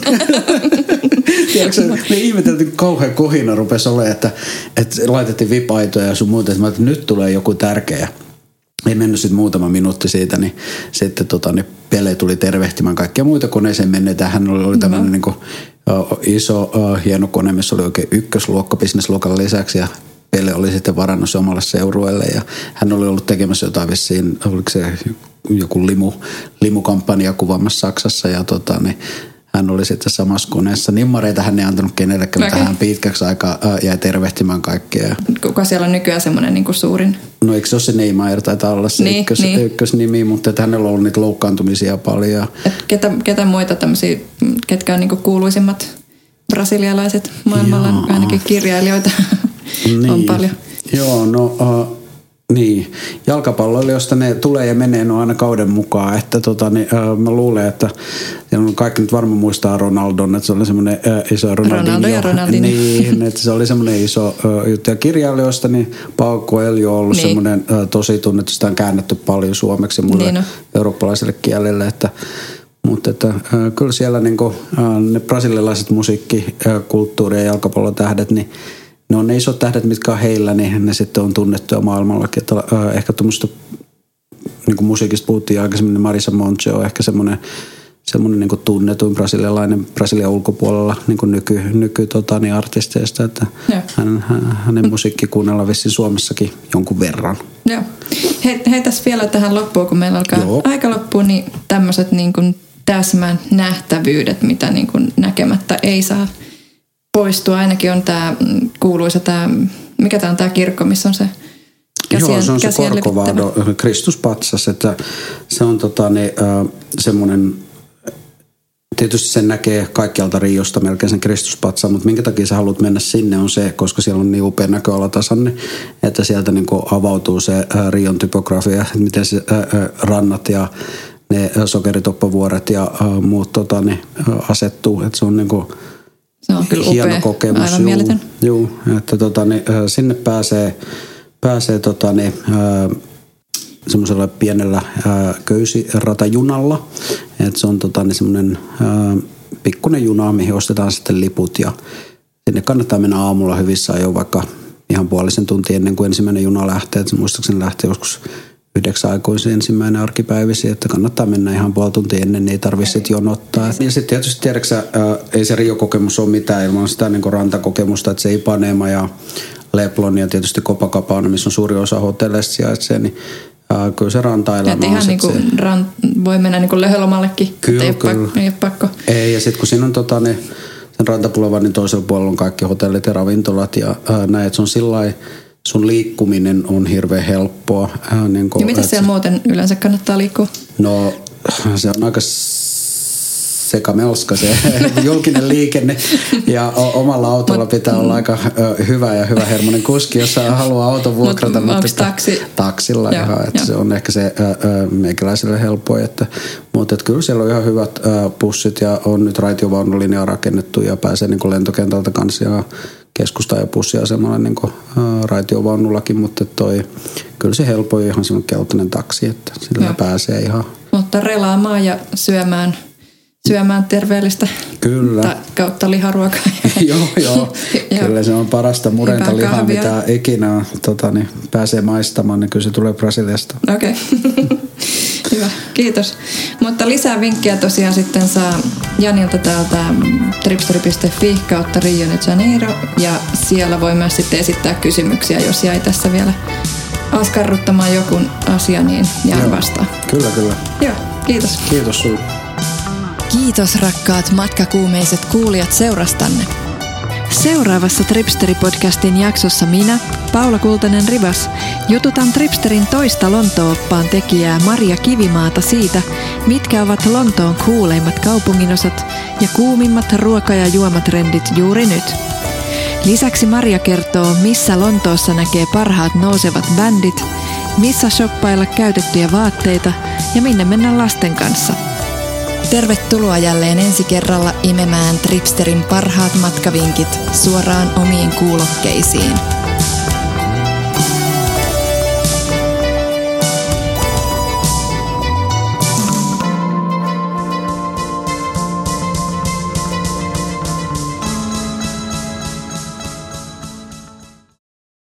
Tiedätkö, me ihmeteltiin, kun kauhean kohina rupesi olemaan, että, että laitettiin vipaitoja ja sun muuta, että, että nyt tulee joku tärkeä. Ei mennyt sitten muutama minuutti siitä, niin sitten tota, niin Pele tuli tervehtimään kaikkia muita koneeseen menneitä. Hän oli, oli tämmöinen mm-hmm. niin kuin, uh, iso, uh, hieno kone, missä oli oikein ykkösluokka businessluokan lisäksi ja Pele oli sitten varannut se omalle seurueelle ja hän oli ollut tekemässä jotain vissiin, oliko se joku limu, limukampanja kuvaamassa Saksassa ja tota, niin hän oli sitten samassa koneessa. Nimmareita hän ei antanut kenellekään, mutta hän pitkäksi aikaa jäi tervehtimään kaikkea. Kuka siellä on nykyään semmoinen niin kuin suurin? No eikö se ole se Neymar, taitaa olla se niin, ykkös, niin. ykkösnimi, mutta että hänellä on ollut niitä loukkaantumisia paljon. Et ketä, ketä muita tämmöisiä, ketkä on niin kuin kuuluisimmat brasilialaiset maailmalla, Jaa. ainakin kirjailijoita niin. on paljon. Joo, no... Uh, Niin, jalkapalloilijoista ne tulee ja menee no aina kauden mukaan, että tota, niin, äh, mä luulen, että kaikki nyt varmaan muistaa Ronaldon, että se oli semmoinen äh, iso Ronaldinho. Ronaldo ja Ronaldinho. Niin, että se oli semmoinen iso äh, juttu. Ja kirjailijoista, niin Paulo Coelho on ollut niin. semmoinen äh, tosi tunnettu, sitä on käännetty paljon suomeksi mulle niin no. eurooppalaiselle kielelle, että mutta että, äh, kyllä siellä niin kuin, äh, ne brasilialaiset musiikki, äh, kulttuuri- ja jalkapallotähdet, niin ne on ne isot tähdet, mitkä on heillä, niin ne sitten on tunnettuja maailmallakin. Että, äh, ehkä tuommoista, niin kuin musiikista puhuttiin aikaisemmin, niin Marisa Monte on ehkä semmoinen, semmoinen niin kuin tunnetuin brasilialainen Brasilian ulkopuolella niin kuin nyky, nyky tota, niin artisteista. Että hän, hän, hänen musiikki kuunnellaan vissiin Suomessakin jonkun verran. Joo. He, heitäs vielä tähän loppuun, kun meillä alkaa Joo. aika loppuun, niin tämmöiset niin kuin täsmän nähtävyydet, mitä niin kuin näkemättä ei saa poistua. Ainakin on tämä kuuluisa tämä, mikä tämä on tämä kirkko, missä on se käsien, Joo, se on se Corcovado Kristuspatsas, että se on tota, niin, äh, semmoinen, tietysti sen näkee kaikkialta Riosta melkein sen Kristuspatsaan, mutta minkä takia sä haluat mennä sinne on se, koska siellä on niin upea näköalatasanne, että sieltä niin kuin avautuu se äh, Rion typografia, että miten se äh, äh, rannat ja ne äh, sokeritoppavuoret ja äh, muut tota, niin, äh, asettuu, että se on niin kuin se on kyllä hieno upea, kokemus. aivan juu, mieletön. Juu, että tota, niin, sinne pääsee, pääsee tota, niin, semmoisella pienellä ää, köysiratajunalla. Että se on tota, niin, semmoinen ää, pikkuinen juna, mihin ostetaan sitten liput ja sinne kannattaa mennä aamulla hyvissä ajoin vaikka ihan puolisen tuntia ennen kuin ensimmäinen juna lähtee. Et muistaakseni lähtee joskus yhdeksän aikoisin ensimmäinen arkipäivisi, että kannattaa mennä ihan puoli tuntia ennen, niin ei tarvitse sitten jonottaa. Ja sitten tietysti tiedäksä, ää, ei se Rio-kokemus ole mitään ilman sitä niin kuin rantakokemusta, että se Ipanema ja Leblon ja tietysti Copacabana, missä on suuri osa hotelleista sijaitsee, niin ää, kyllä se rantaelämä on. Ihan niin kuin se... ran... voi mennä niin kuin löhölomallekin, kyllä, ei, kyllä. Pakko, ei ole pakko. Ei, ja sitten kun siinä on tota, niin, sen rantapulavanin toisella puolella on kaikki hotellit ja ravintolat ja ää, näin, että se on sillain, sun liikkuminen on hirveän helppoa. Ää, niin kuin, ja miten siellä muuten yleensä kannattaa liikkua? No se on aika sekamelska se julkinen liikenne ja omalla autolla pitää olla aika ö, hyvä ja hyvä hermonen kuski, jos haluaa auton vuokrata. Mut, mutta taksi? Taksilla Joo, ihan, että jo. se on ehkä se ö, ö, meikäläiselle helppoa. Että, mutta että kyllä siellä on ihan hyvät ö, bussit ja on nyt raitiovaunulinjaa rakennettu ja pääsee niin kuin lentokentältä kanssa ja keskusta- ja bussiasemalla niin kuin ö, raitiovaunullakin, mutta toi, kyllä se helppo on ihan semmoinen keltainen taksi, että sillä Joo. pääsee ihan. Mutta relaamaan ja syömään syömään terveellistä kyllä. Ta- kautta liharuokaa. joo, joo. Kyllä se on parasta murenta lihaa, mitä ikinä tota, niin pääsee maistamaan, niin kyllä se tulee Brasiliasta. Okei, okay. Hyvä, kiitos. Mutta lisää vinkkejä tosiaan sitten saa Janilta täältä tripsteri piste fi kautta Rio de Janeiro, ja siellä voi myös sitten esittää kysymyksiä, jos jäi tässä vielä askarruttamaan joku asia, niin Jan vastaa. Kyllä, kyllä. Joo, kiitos. Kiitos sinulle. Kiitos rakkaat matkakuumeiset kuulijat seurastanne. Seuraavassa Tripsteri-podcastin jaksossa minä, Paula Kultanen-Rivas, jututan Tripsterin toista Lonto-oppaan tekijää Maria Kivimaata siitä, mitkä ovat Lontoon kuuleimmat kaupunginosat ja kuumimmat ruoka- ja juomatrendit juuri nyt. Lisäksi Maria kertoo, missä Lontoossa näkee parhaat nousevat bändit, missä shoppailla käytettyjä vaatteita ja minne mennä lasten kanssa. Tervetuloa jälleen ensi kerralla imemään Tripsterin parhaat matkavinkit suoraan omiin kuulokkeisiin.